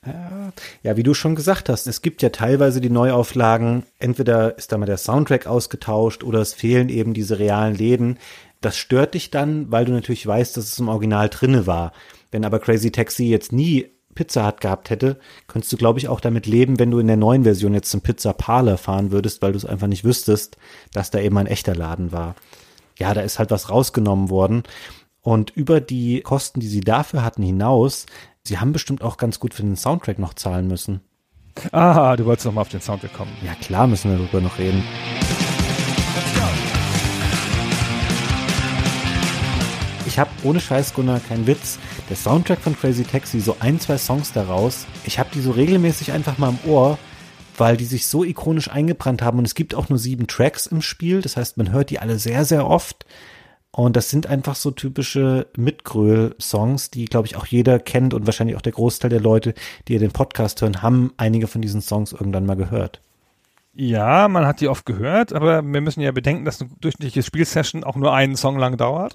Ja, wie du schon gesagt hast, es gibt ja teilweise die Neuauflagen, entweder ist da mal der Soundtrack ausgetauscht oder es fehlen eben diese realen Läden. Das stört dich dann, weil du natürlich weißt, dass es im Original drinne war. Wenn aber Crazy Taxi jetzt nie Pizza Hut gehabt hätte, könntest du, glaube ich, auch damit leben, wenn du in der neuen Version jetzt zum Pizza Parlor fahren würdest, weil du es einfach nicht wüsstest, dass da eben ein echter Laden war. Ja, da ist halt was rausgenommen worden. Und über die Kosten, die sie dafür hatten, hinaus, sie haben bestimmt auch ganz gut für den Soundtrack noch zahlen müssen. Ah, du wolltest noch mal auf den Soundtrack kommen. Ja, klar müssen wir darüber noch reden. Ich habe ohne Scheiß, Gunnar, kein Witz, der Soundtrack von Crazy Taxi, so ein, zwei Songs daraus, ich habe die so regelmäßig einfach mal im Ohr, weil die sich so ikonisch eingebrannt haben und es gibt auch nur sieben Tracks im Spiel, das heißt, man hört die alle sehr, sehr oft. Und das sind einfach so typische Mitgröl-Songs, die, glaube ich, auch jeder kennt und wahrscheinlich auch der Großteil der Leute, die ja den Podcast hören, haben einige von diesen Songs irgendwann mal gehört. Ja, man hat die oft gehört, aber wir müssen ja bedenken, dass eine durchschnittliche Spielsession auch nur einen Song lang dauert,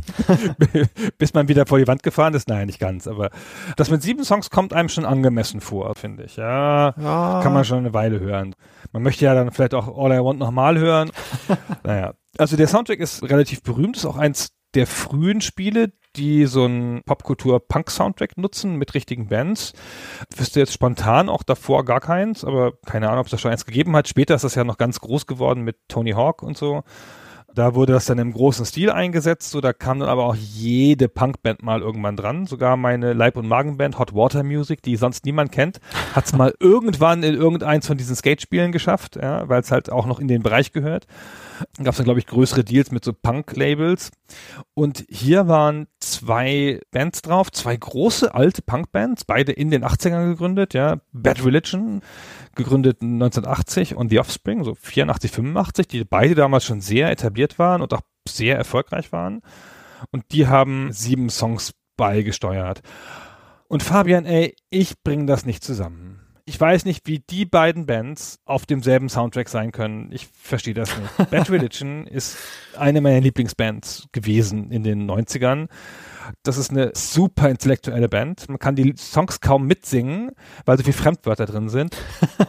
bis man wieder vor die Wand gefahren ist. Nein, nicht ganz, aber das mit sieben Songs kommt einem schon angemessen vor, finde ich. Ja, ja, kann man schon eine Weile hören. Man möchte ja dann vielleicht auch All I Want nochmal hören. Naja, also der Soundtrack ist relativ berühmt, ist auch eins der frühen Spiele, die so einen Popkultur-Punk-Soundtrack nutzen mit richtigen Bands. Wüsste jetzt spontan auch davor gar keins, aber keine Ahnung, ob es da schon eins gegeben hat. Später ist das ja noch ganz groß geworden mit Tony Hawk und so. Da wurde das dann im großen Stil eingesetzt, so da kam dann aber auch jede Punkband mal irgendwann dran. Sogar meine Leib- und Magenband Hot Water Music, die sonst niemand kennt, hat es mal irgendwann in irgendeins von diesen Skate-Spielen geschafft, ja, weil es halt auch noch in den Bereich gehört. Da gab es dann, glaube ich, größere Deals mit so Punk-Labels. Und hier waren zwei Bands drauf, zwei große alte Punkbands, beide in den achtzigern gegründet, ja. Bad Religion, gegründet neunzehnhundertachtzig, und The Offspring, so vierundachtzig, fünfundachtzig, die beide damals schon sehr etabliert waren und auch sehr erfolgreich waren. Und die haben sieben Songs beigesteuert. Und Fabian, ey, ich bringe das nicht zusammen. Ich weiß nicht, wie die beiden Bands auf demselben Soundtrack sein können. Ich verstehe das nicht. Bad Religion ist eine meiner Lieblingsbands gewesen in den neunzigern. Das ist eine super intellektuelle Band. Man kann die Songs kaum mitsingen, weil so viele Fremdwörter drin sind.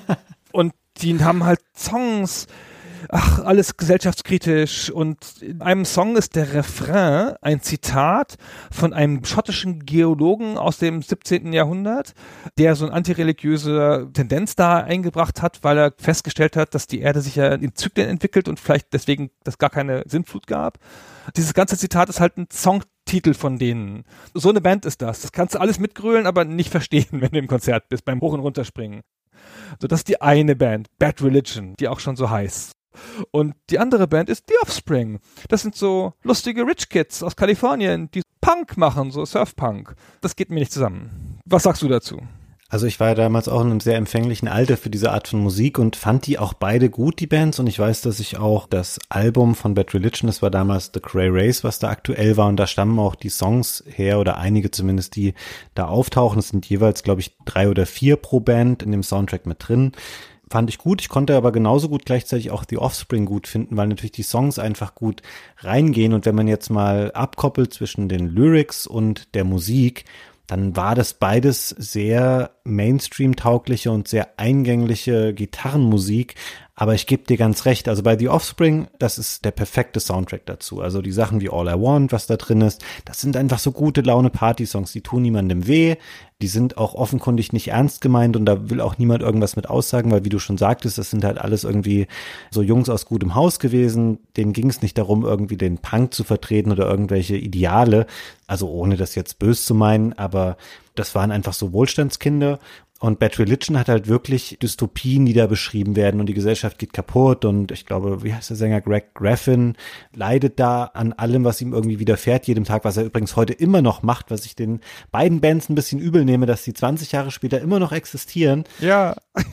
Und die haben halt Songs, ach, alles gesellschaftskritisch, und in einem Song ist der Refrain ein Zitat von einem schottischen Geologen aus dem siebzehnten Jahrhundert, der so eine antireligiöse Tendenz da eingebracht hat, weil er festgestellt hat, dass die Erde sich ja in Zyklen entwickelt und vielleicht deswegen das gar keine Sintflut gab. Dieses ganze Zitat ist halt ein Songtitel von denen. So eine Band ist das. Das kannst du alles mitgrölen, aber nicht verstehen, wenn du im Konzert bist, beim Hoch- und Runterspringen. So, das ist die eine Band, Bad Religion, die auch schon so heißt. Und die andere Band ist The Offspring. Das sind so lustige Rich Kids aus Kalifornien, die Punk machen, so Surfpunk. Das geht mir nicht zusammen. Was sagst du dazu? Also ich war ja damals auch in einem sehr empfänglichen Alter für diese Art von Musik und fand die auch beide gut, die Bands. Und ich weiß, dass ich auch das Album von Bad Religion, das war damals The Grey Race, was da aktuell war. Und da stammen auch die Songs her, oder einige zumindest, die da auftauchen. Es sind jeweils, glaube ich, drei oder vier pro Band in dem Soundtrack mit drin. Fand ich gut. Ich konnte aber genauso gut gleichzeitig auch The Offspring gut finden, weil natürlich die Songs einfach gut reingehen. Und wenn man jetzt mal abkoppelt zwischen den Lyrics und der Musik, dann war das beides sehr Mainstream-taugliche und sehr eingängliche Gitarrenmusik. Aber ich gebe dir ganz recht, also bei The Offspring, das ist der perfekte Soundtrack dazu. Also die Sachen wie All I Want, was da drin ist, das sind einfach so gute Laune-Party-Songs, die tun niemandem weh. Die sind auch offenkundig nicht ernst gemeint und da will auch niemand irgendwas mit aussagen, weil wie du schon sagtest, das sind halt alles irgendwie so Jungs aus gutem Haus gewesen. Denen ging es nicht darum, irgendwie den Punk zu vertreten oder irgendwelche Ideale. Also ohne das jetzt böse zu meinen, aber das waren einfach so Wohlstandskinder. Und Bad Religion hat halt wirklich Dystopien, die da beschrieben werden und die Gesellschaft geht kaputt und ich glaube, wie heißt der Sänger, Greg Graffin, leidet da an allem, was ihm irgendwie widerfährt, jedem Tag, was er übrigens heute immer noch macht, was ich den beiden Bands ein bisschen übel nehme, dass sie zwanzig Jahre später immer noch existieren. Ja.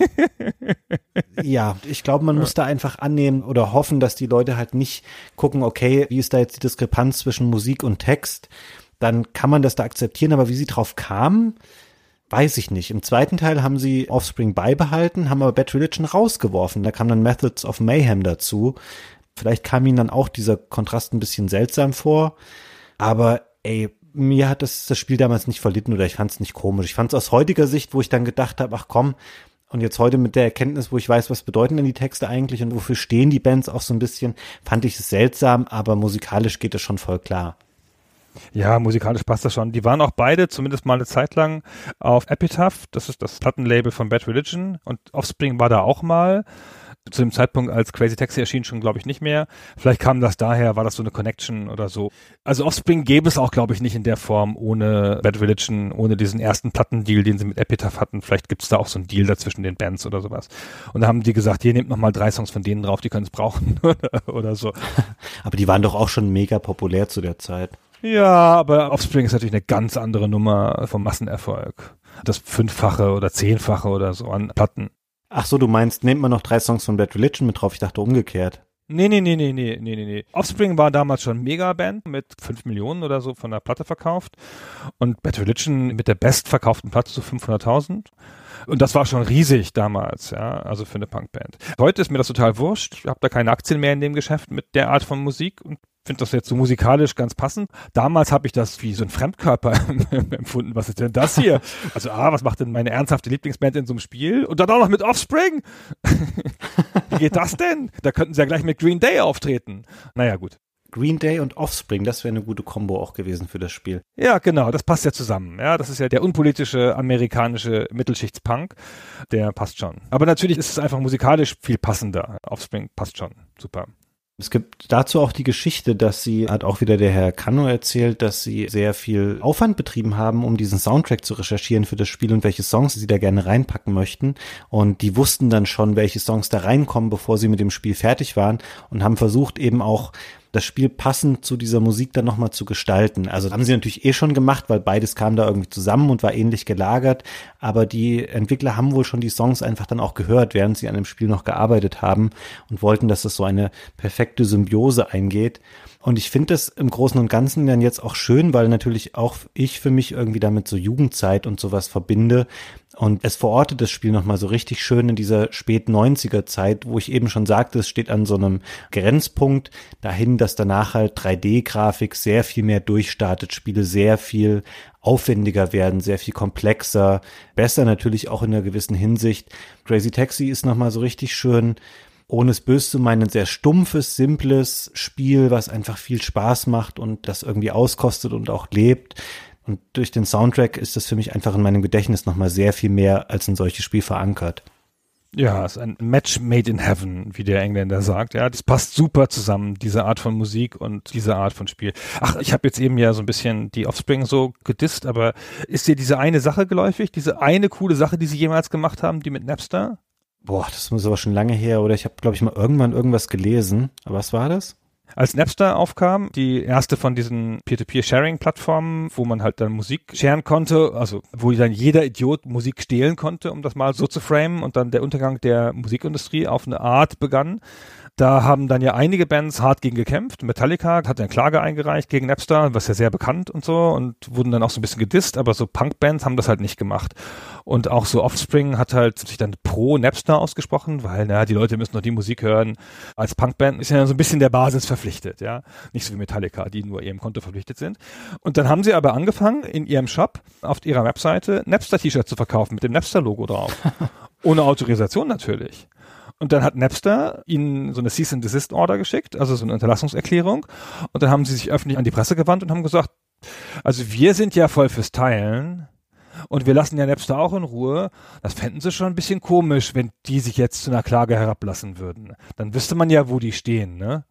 Ja, ich glaube, man muss da einfach annehmen oder hoffen, dass die Leute halt nicht gucken, okay, wie ist da jetzt die Diskrepanz zwischen Musik und Text? Dann kann man das da akzeptieren, aber wie sie drauf kamen, weiß ich nicht. Im zweiten Teil haben sie Offspring beibehalten, haben aber Bad Religion rausgeworfen. Da kam dann Methods of Mayhem dazu. Vielleicht kam ihnen dann auch dieser Kontrast ein bisschen seltsam vor. Aber ey, mir hat das, das Spiel damals nicht verlitten oder ich fand es nicht komisch. Ich fand es aus heutiger Sicht, wo ich dann gedacht habe, ach komm, und jetzt heute mit der Erkenntnis, wo ich weiß, was bedeuten denn die Texte eigentlich und wofür stehen die Bands auch so ein bisschen, fand ich es seltsam, aber musikalisch geht es schon voll klar. Ja, musikalisch passt das schon. Die waren auch beide, zumindest mal eine Zeit lang, auf Epitaph. Das ist das Plattenlabel von Bad Religion. Und Offspring war da auch mal. Zu dem Zeitpunkt, als Crazy Taxi erschien, schon, glaube ich, nicht mehr. Vielleicht kam das daher, war das so eine Connection oder so. Also Offspring gäbe es auch, glaube ich, nicht in der Form ohne Bad Religion, ohne diesen ersten Plattendeal, den sie mit Epitaph hatten. Vielleicht gibt es da auch so einen Deal dazwischen den Bands oder sowas. Und da haben die gesagt, hier, nehmt nochmal drei Songs von denen drauf, die können es brauchen oder, oder so. Aber die waren doch auch schon mega populär zu der Zeit. Ja, aber Offspring ist natürlich eine ganz andere Nummer vom Massenerfolg. Das Fünffache oder Zehnfache oder so an Platten. Ach so, du meinst, nehmt man noch drei Songs von Bad Religion mit drauf? Ich dachte umgekehrt. Nee, nee, nee, nee, nee, nee, nee, nee. Offspring war damals schon Megaband mit fünf Millionen oder so von der Platte verkauft und Bad Religion mit der bestverkauften Platte zu fünfhunderttausend. Und das war schon riesig damals, ja, also für eine Punkband. Heute ist mir das total wurscht. Ich habe da keine Aktien mehr in dem Geschäft mit der Art von Musik und finde das jetzt so musikalisch ganz passend. Damals habe ich das wie so ein Fremdkörper empfunden. Was ist denn das hier? Also, ah, was macht denn meine ernsthafte Lieblingsband in so einem Spiel? Und dann auch noch mit Offspring? Wie geht das denn? Da könnten sie ja gleich mit Green Day auftreten. Naja, gut. Green Day und Offspring, das wäre eine gute Kombo auch gewesen für das Spiel. Ja, genau, das passt ja zusammen. Ja, das ist ja der unpolitische amerikanische Mittelschichtspunk, der passt schon. Aber natürlich ist es einfach musikalisch viel passender. Offspring passt schon, super. Es gibt dazu auch die Geschichte, dass sie, hat auch wieder der Herr Cano erzählt, dass sie sehr viel Aufwand betrieben haben, um diesen Soundtrack zu recherchieren für das Spiel und welche Songs sie da gerne reinpacken möchten. Und die wussten dann schon, welche Songs da reinkommen, bevor sie mit dem Spiel fertig waren und haben versucht eben auch das Spiel passend zu dieser Musik dann nochmal zu gestalten. Also haben sie natürlich eh schon gemacht, weil beides kam da irgendwie zusammen und war ähnlich gelagert. Aber die Entwickler haben wohl schon die Songs einfach dann auch gehört, während sie an dem Spiel noch gearbeitet haben und wollten, dass es so eine perfekte Symbiose eingeht. Und ich finde das im Großen und Ganzen dann jetzt auch schön, weil natürlich auch ich für mich irgendwie damit so Jugendzeit und sowas verbinde. Und es verortet das Spiel nochmal so richtig schön in dieser Spät-neunziger Zeit, wo ich eben schon sagte, es steht an so einem Grenzpunkt dahin, dass danach halt drei D-Grafik sehr viel mehr durchstartet, Spiele sehr viel aufwendiger werden, sehr viel komplexer, besser natürlich auch in einer gewissen Hinsicht. Crazy Taxi ist nochmal so richtig schön, ohne es böse zu meinen, ein sehr stumpfes, simples Spiel, was einfach viel Spaß macht und das irgendwie auskostet und auch lebt. Und durch den Soundtrack ist das für mich einfach in meinem Gedächtnis nochmal sehr viel mehr als ein solches Spiel verankert. Ja, es ist ein Match made in heaven, wie der Engländer sagt. Ja, das passt super zusammen, diese Art von Musik und diese Art von Spiel. Ach, ich habe jetzt eben ja so ein bisschen die Offspring so gedisst, aber ist dir diese eine Sache geläufig? Diese eine coole Sache, die sie jemals gemacht haben, die mit Napster? Boah, das muss aber schon lange her, oder ich habe, glaube ich, mal irgendwann irgendwas gelesen. Aber was war das? Als Napster aufkam, die erste von diesen Peer-to-Peer-Sharing-Plattformen, wo man halt dann Musik sharen konnte, also wo dann jeder Idiot Musik stehlen konnte, um das mal so zu framen, und dann der Untergang der Musikindustrie auf eine Art begann. Da haben dann ja einige Bands hart gegen gekämpft. Metallica hat eine Klage eingereicht gegen Napster, was ja sehr bekannt und so, und wurden dann auch so ein bisschen gedisst, aber so Punk-Bands haben das halt nicht gemacht. Und auch so Offspring hat halt sich dann pro Napster ausgesprochen, weil, naja, die Leute müssen noch die Musik hören. Als Punkband ist ja so ein bisschen der Basis verpflichtet, ja. Nicht so wie Metallica, die nur ihrem Konto verpflichtet sind. Und dann haben sie aber angefangen, in ihrem Shop, auf ihrer Webseite, Napster-T-Shirts zu verkaufen mit dem Napster-Logo drauf. Ohne Autorisation natürlich. Und dann hat Napster ihnen so eine Cease and Desist Order geschickt, also so eine Unterlassungserklärung. Und dann haben sie sich öffentlich an die Presse gewandt und haben gesagt, also wir sind ja voll fürs Teilen und wir lassen ja Napster auch in Ruhe. Das fänden sie schon ein bisschen komisch, wenn die sich jetzt zu einer Klage herablassen würden. Dann wüsste man ja, wo die stehen, ne?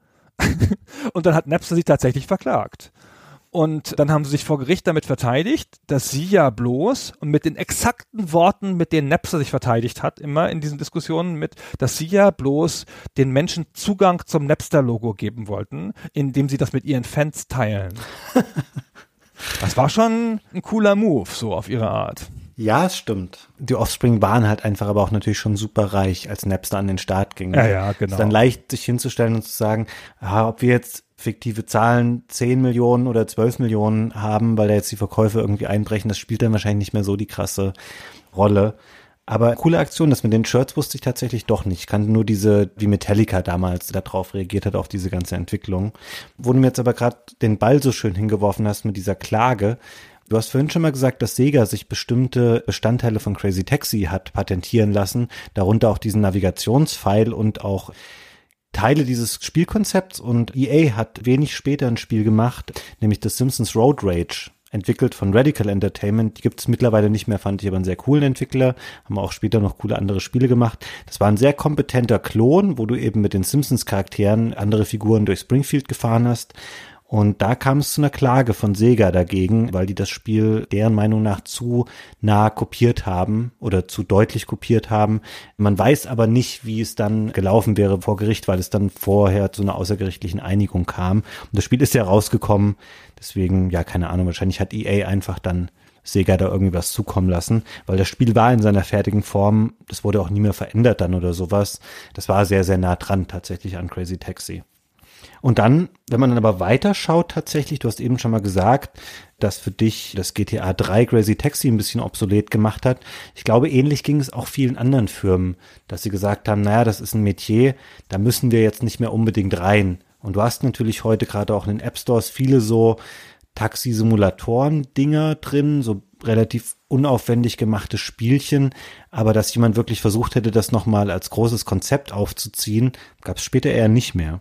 Und dann hat Napster sie tatsächlich verklagt. Und dann haben sie sich vor Gericht damit verteidigt, dass sie ja bloß, und mit den exakten Worten, mit denen Napster sich verteidigt hat, immer in diesen Diskussionen mit, dass sie ja bloß den Menschen Zugang zum Napster-Logo geben wollten, indem sie das mit ihren Fans teilen. Das war schon ein cooler Move, so auf ihre Art. Ja, es stimmt. Die Offspring waren halt einfach aber auch natürlich schon super reich, als Napster an den Start ging. Ja, ja, genau. Es ist dann leicht, sich hinzustellen und zu sagen, aha, ob wir jetzt fiktive Zahlen zehn Millionen oder zwölf Millionen haben, weil da jetzt die Verkäufe irgendwie einbrechen, das spielt dann wahrscheinlich nicht mehr so die krasse Rolle. Aber coole Aktion, das mit den Shirts wusste ich tatsächlich doch nicht. Ich kannte nur diese, wie Metallica damals darauf reagiert hat, auf diese ganze Entwicklung. Wo du mir jetzt aber gerade den Ball so schön hingeworfen hast mit dieser Klage. Du hast vorhin schon mal gesagt, dass Sega sich bestimmte Bestandteile von Crazy Taxi hat patentieren lassen, darunter auch diesen Navigationspfeil und auch Teile dieses Spielkonzepts, und E A hat wenig später ein Spiel gemacht, nämlich das Simpsons Road Rage, entwickelt von Radical Entertainment. Die gibt es mittlerweile nicht mehr, fand ich aber einen sehr coolen Entwickler, haben auch später noch coole andere Spiele gemacht. Das war ein sehr kompetenter Klon, wo du eben mit den Simpsons-Charakteren andere Figuren durch Springfield gefahren hast. Und da kam es zu einer Klage von Sega dagegen, weil die das Spiel deren Meinung nach zu nah kopiert haben oder zu deutlich kopiert haben. Man weiß aber nicht, wie es dann gelaufen wäre vor Gericht, weil es dann vorher zu einer außergerichtlichen Einigung kam. Und das Spiel ist ja rausgekommen. Deswegen, ja, keine Ahnung, wahrscheinlich hat E A einfach dann Sega da irgendwie was zukommen lassen, weil das Spiel war in seiner fertigen Form, das wurde auch nie mehr verändert dann oder sowas. Das war sehr, sehr nah dran tatsächlich an Crazy Taxi. Und dann, wenn man dann aber weiterschaut tatsächlich, du hast eben schon mal gesagt, dass für dich das G T A drei Crazy Taxi ein bisschen obsolet gemacht hat. Ich glaube, ähnlich ging es auch vielen anderen Firmen, dass sie gesagt haben, naja, das ist ein Metier, da müssen wir jetzt nicht mehr unbedingt rein. Und du hast natürlich heute gerade auch in den App Stores viele so Taxi-Simulatoren-Dinger drin, so relativ unaufwendig gemachte Spielchen, aber dass jemand wirklich versucht hätte, das nochmal als großes Konzept aufzuziehen, gab es später eher nicht mehr.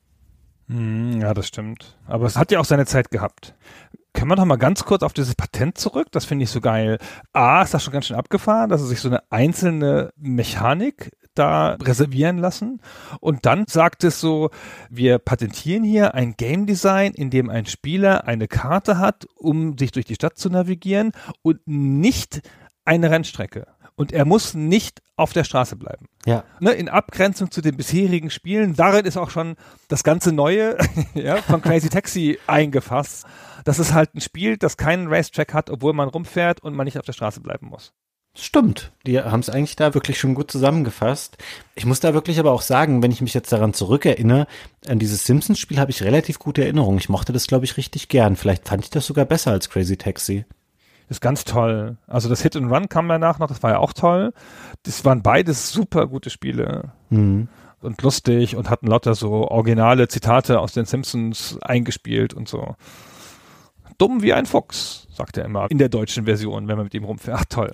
Ja, das stimmt. Aber es hat ja auch seine Zeit gehabt. Können wir doch mal ganz kurz auf dieses Patent zurück? Das finde ich so geil. A, ist das schon ganz schön abgefahren, dass sie sich so eine einzelne Mechanik da reservieren lassen. Und dann sagt es so, wir patentieren hier ein Game Design, in dem ein Spieler eine Karte hat, um sich durch die Stadt zu navigieren und nicht eine Rennstrecke. Und er muss nicht auf der Straße bleiben. Ja. Ne, in Abgrenzung zu den bisherigen Spielen, darin ist auch schon das ganze Neue ja, von Crazy Taxi eingefasst. Das ist halt ein Spiel, das keinen Racetrack hat, obwohl man rumfährt und man nicht auf der Straße bleiben muss. Stimmt, die haben es eigentlich da wirklich schon gut zusammengefasst. Ich muss da wirklich aber auch sagen, wenn ich mich jetzt daran zurückerinnere, an dieses Simpsons-Spiel habe ich relativ gute Erinnerungen. Ich mochte das, glaube ich, richtig gern. Vielleicht fand ich das sogar besser als Crazy Taxi. Das ist ganz toll. Also das Hit and Run kam danach noch, das war ja auch toll. Das waren beides super gute Spiele. Mhm. Und lustig und hatten lauter so originale Zitate aus den Simpsons eingespielt und so. Dumm wie ein Fuchs, sagt er immer in der deutschen Version, wenn man mit ihm rumfährt. Ach, toll.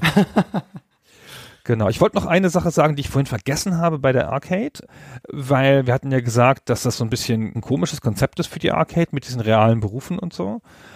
Genau. Ich wollte noch eine Sache sagen, die ich vorhin vergessen habe bei der Arcade, weil wir hatten ja gesagt, dass das so ein bisschen ein komisches Konzept ist für die Arcade mit diesen realen Berufen und so.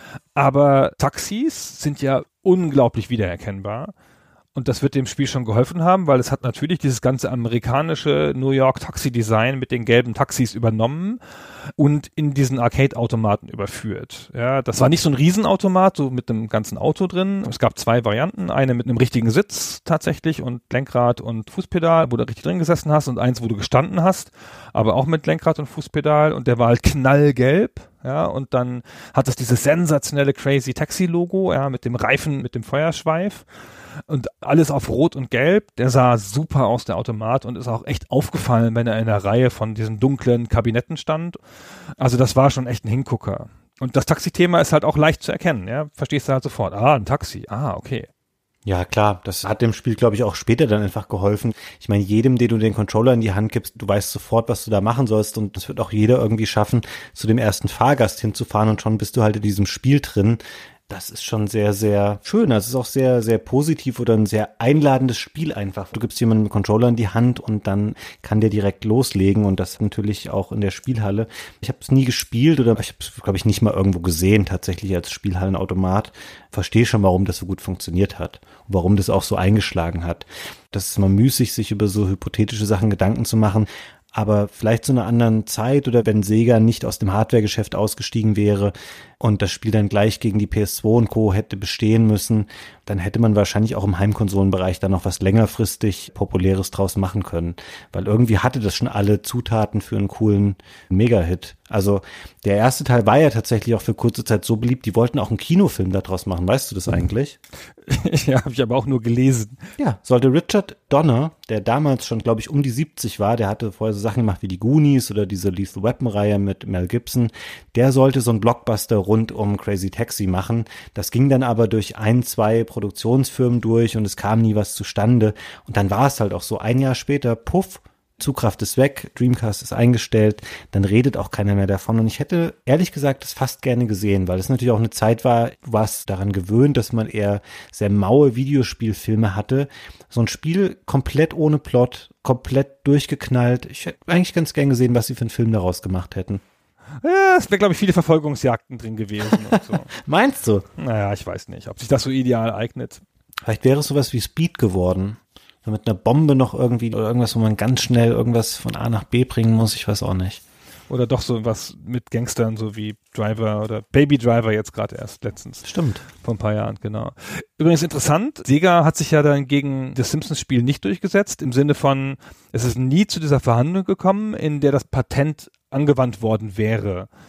Aber Taxis sind ja unglaublich wiedererkennbar. Und das wird dem Spiel schon geholfen haben, weil es hat natürlich dieses ganze amerikanische New York Taxi-Design mit den gelben Taxis übernommen und in diesen Arcade-Automaten überführt. Ja, das war nicht so ein Riesenautomat, so mit einem ganzen Auto drin. Es gab zwei Varianten, eine mit einem richtigen Sitz tatsächlich und Lenkrad und Fußpedal, wo du richtig drin gesessen hast, und eins, wo du gestanden hast, aber auch mit Lenkrad und Fußpedal, und der war halt knallgelb. Ja, und dann hat es dieses sensationelle Crazy Taxi Logo, ja, mit dem Reifen, mit dem Feuerschweif. Und alles auf Rot und Gelb. Der sah super aus, der Automat, und ist auch echt aufgefallen, wenn er in einer Reihe von diesen dunklen Kabinetten stand. Also das war schon echt ein Hingucker. Und das Taxi-Thema ist halt auch leicht zu erkennen. Ja, verstehst du halt sofort. Ah, ein Taxi. Ah, okay. Ja, klar. Das hat dem Spiel, glaube ich, auch später dann einfach geholfen. Ich meine, jedem, dem du den Controller in die Hand gibst, du weißt sofort, was du da machen sollst, und das wird auch jeder irgendwie schaffen, zu dem ersten Fahrgast hinzufahren, und schon bist du halt in diesem Spiel drin. Das ist schon sehr, sehr schön. Das ist auch sehr, sehr positiv oder ein sehr einladendes Spiel einfach. Du gibst jemandem einen Controller in die Hand und dann kann der direkt loslegen, und das natürlich auch in der Spielhalle. Ich habe es nie gespielt oder ich habe es, glaube ich, nicht mal irgendwo gesehen, tatsächlich als Spielhallenautomat. Verstehe schon, warum das so gut funktioniert hat und warum das auch so eingeschlagen hat. Das ist immer müßig, sich über so hypothetische Sachen Gedanken zu machen. Aber vielleicht zu einer anderen Zeit, oder wenn Sega nicht aus dem Hardware-Geschäft ausgestiegen wäre und das Spiel dann gleich gegen die P S zwei und Co. hätte bestehen müssen, dann hätte man wahrscheinlich auch im Heimkonsolenbereich dann noch was längerfristig Populäres draus machen können. Weil irgendwie hatte das schon alle Zutaten für einen coolen Mega-Hit. Also der erste Teil war ja tatsächlich auch für kurze Zeit so beliebt, die wollten auch einen Kinofilm daraus machen. Weißt du das eigentlich? Ja, habe ich aber auch nur gelesen. Ja, sollte Richard Donner, der damals schon, glaube ich, um die siebzig war, der hatte vorher so Sachen gemacht wie die Goonies oder diese Lethal Weapon-Reihe mit Mel Gibson, der sollte so einen Blockbuster rund um Crazy Taxi machen. Das ging dann aber durch ein, zwei Produktionsfirmen durch und es kam nie was zustande. Und dann war es halt auch so, ein Jahr später, puff, Zugkraft ist weg, Dreamcast ist eingestellt, dann redet auch keiner mehr davon. Und ich hätte ehrlich gesagt das fast gerne gesehen, weil es natürlich auch eine Zeit war, du warst daran gewöhnt, dass man eher sehr maue Videospielfilme hatte. So ein Spiel komplett ohne Plot, komplett durchgeknallt. Ich hätte eigentlich ganz gern gesehen, was sie für einen Film daraus gemacht hätten. Ja, es wäre, glaube ich, viele Verfolgungsjagden drin gewesen und so. Meinst du? Naja, ich weiß nicht, ob sich das so ideal eignet. Vielleicht wäre es sowas wie Speed geworden. Mit einer Bombe noch irgendwie oder irgendwas, wo man ganz schnell irgendwas von A nach B bringen muss, ich weiß auch nicht. Oder doch so was mit Gangstern, so wie Driver oder Baby Driver jetzt gerade erst letztens. Stimmt. Vor ein paar Jahren, genau. Übrigens interessant, Sega hat sich ja dann gegen das Simpsons-Spiel nicht durchgesetzt, im Sinne von, es ist nie zu dieser Verhandlung gekommen, in der das Patent angewandt worden wäre.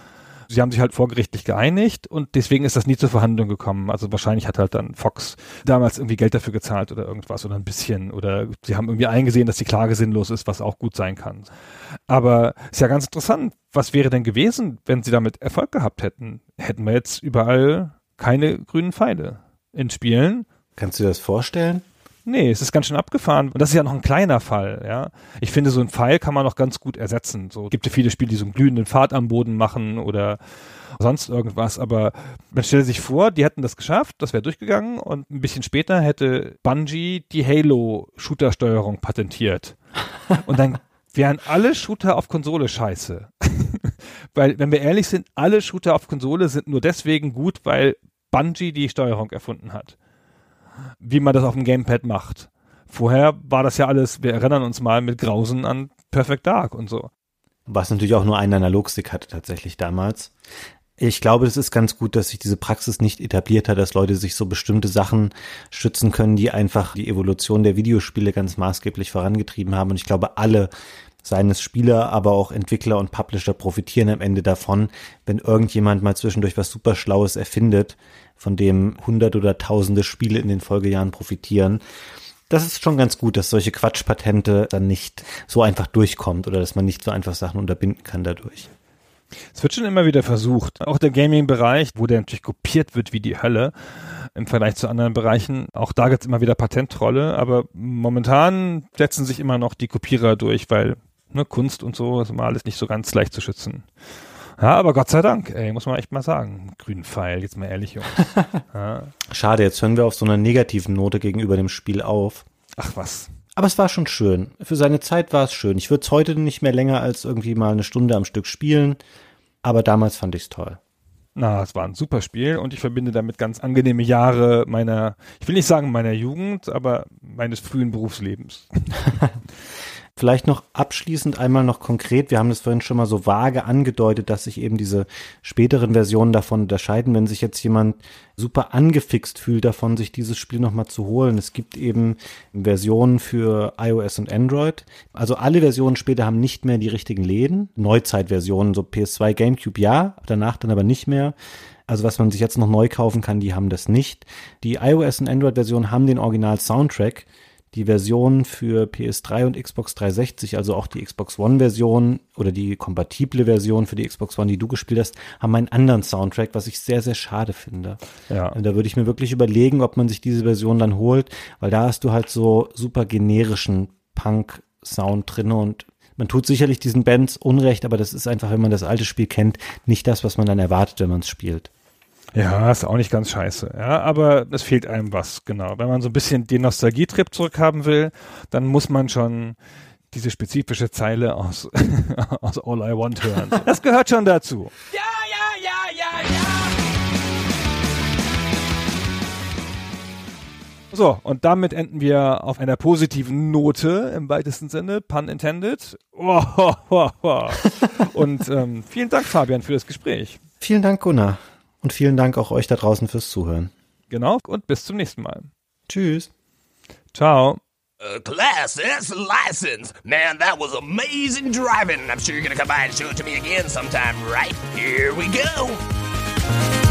Sie haben sich halt vorgerichtlich geeinigt und deswegen ist das nie zur Verhandlung gekommen. Also wahrscheinlich hat halt dann Fox damals irgendwie Geld dafür gezahlt oder irgendwas oder ein bisschen oder sie haben irgendwie eingesehen, dass die Klage sinnlos ist, was auch gut sein kann. Aber ist ja ganz interessant, was wäre denn gewesen, wenn sie damit Erfolg gehabt hätten? Hätten wir jetzt überall keine grünen Pfeile in Spielen? Kannst du dir das vorstellen? Nee, es ist ganz schön abgefahren. Und das ist ja noch ein kleiner Fall, ja. Ich finde, so ein Pfeil kann man noch ganz gut ersetzen. So gibt ja viele Spiele, die so einen glühenden Pfad am Boden machen oder sonst irgendwas. Aber man stelle sich vor, die hätten das geschafft, das wäre durchgegangen und ein bisschen später hätte Bungie die Halo-Shooter-Steuerung patentiert. Und dann wären alle Shooter auf Konsole scheiße. Weil, wenn wir ehrlich sind, alle Shooter auf Konsole sind nur deswegen gut, weil Bungie die Steuerung erfunden hat. Wie man das auf dem Gamepad macht. Vorher war das ja alles, wir erinnern uns mal mit Grausen an Perfect Dark und so. Was natürlich auch nur einen Analogstick hatte tatsächlich damals. Ich glaube, es ist ganz gut, dass sich diese Praxis nicht etabliert hat, dass Leute sich so bestimmte Sachen schützen können, die einfach die Evolution der Videospiele ganz maßgeblich vorangetrieben haben. Und ich glaube, alle, seien es Spieler, aber auch Entwickler und Publisher, profitieren am Ende davon, wenn irgendjemand mal zwischendurch was super Schlaues erfindet, von dem hundert oder tausende Spiele in den Folgejahren profitieren. Das ist schon ganz gut, dass solche Quatschpatente dann nicht so einfach durchkommt oder dass man nicht so einfach Sachen unterbinden kann dadurch. Es wird schon immer wieder versucht, auch der Gaming-Bereich, wo der natürlich kopiert wird wie die Hölle im Vergleich zu anderen Bereichen. Auch da gibt es immer wieder Patentrolle, aber momentan setzen sich immer noch die Kopierer durch, weil ne, Kunst und so ist immer alles nicht so ganz leicht zu schützen. Ja, aber Gott sei Dank, ey, muss man echt mal sagen. Grünen Pfeil, jetzt mal ehrlich, Jungs. Ja. Schade, jetzt hören wir auf so einer negativen Note gegenüber dem Spiel auf. Ach was. Aber es war schon schön. Für seine Zeit war es schön. Ich würde es heute nicht mehr länger als irgendwie mal eine Stunde am Stück spielen, aber damals fand ich es toll. Na, es war ein super Spiel und ich verbinde damit ganz angenehme Jahre meiner, ich will nicht sagen meiner Jugend, aber meines frühen Berufslebens. Vielleicht noch abschließend einmal noch konkret, wir haben das vorhin schon mal so vage angedeutet, dass sich eben diese späteren Versionen davon unterscheiden, wenn sich jetzt jemand super angefixt fühlt davon, sich dieses Spiel nochmal zu holen. Es gibt eben Versionen für iOS und Android. Also alle Versionen später haben nicht mehr die richtigen Läden. Neuzeitversionen, so P S zwei, GameCube ja, danach dann aber nicht mehr. Also was man sich jetzt noch neu kaufen kann, die haben das nicht. Die iOS und Android-Versionen haben den Original-Soundtrack. Die Version für P S drei und Xbox dreihundertsechzig, also auch die Xbox One-Version oder die kompatible Version für die Xbox One, die du gespielt hast, haben einen anderen Soundtrack, was ich sehr, sehr schade finde. Ja. Und da würde ich mir wirklich überlegen, ob man sich diese Version dann holt, weil da hast du halt so super generischen Punk-Sound drin und man tut sicherlich diesen Bands Unrecht, aber das ist einfach, wenn man das alte Spiel kennt, nicht das, was man dann erwartet, wenn man es spielt. Ja, ist auch nicht ganz scheiße. Ja, aber es fehlt einem was, genau. Wenn man so ein bisschen den Nostalgietrip zurückhaben will, dann muss man schon diese spezifische Zeile aus, aus All I Want hören. Das gehört schon dazu. Ja, ja, ja, ja, ja. So, und damit enden wir auf einer positiven Note im weitesten Sinne, pun intended. Oh, ho, ho, ho. Und ähm, vielen Dank, Fabian, für das Gespräch. Vielen Dank, Gunnar. Und vielen Dank auch euch da draußen fürs Zuhören. Genau, und bis zum nächsten Mal. Tschüss. Ciao. Uh, class, that's a license. Man, that was amazing driving. I'm sure you're gonna come by and show it to me again sometime, right? Here we go.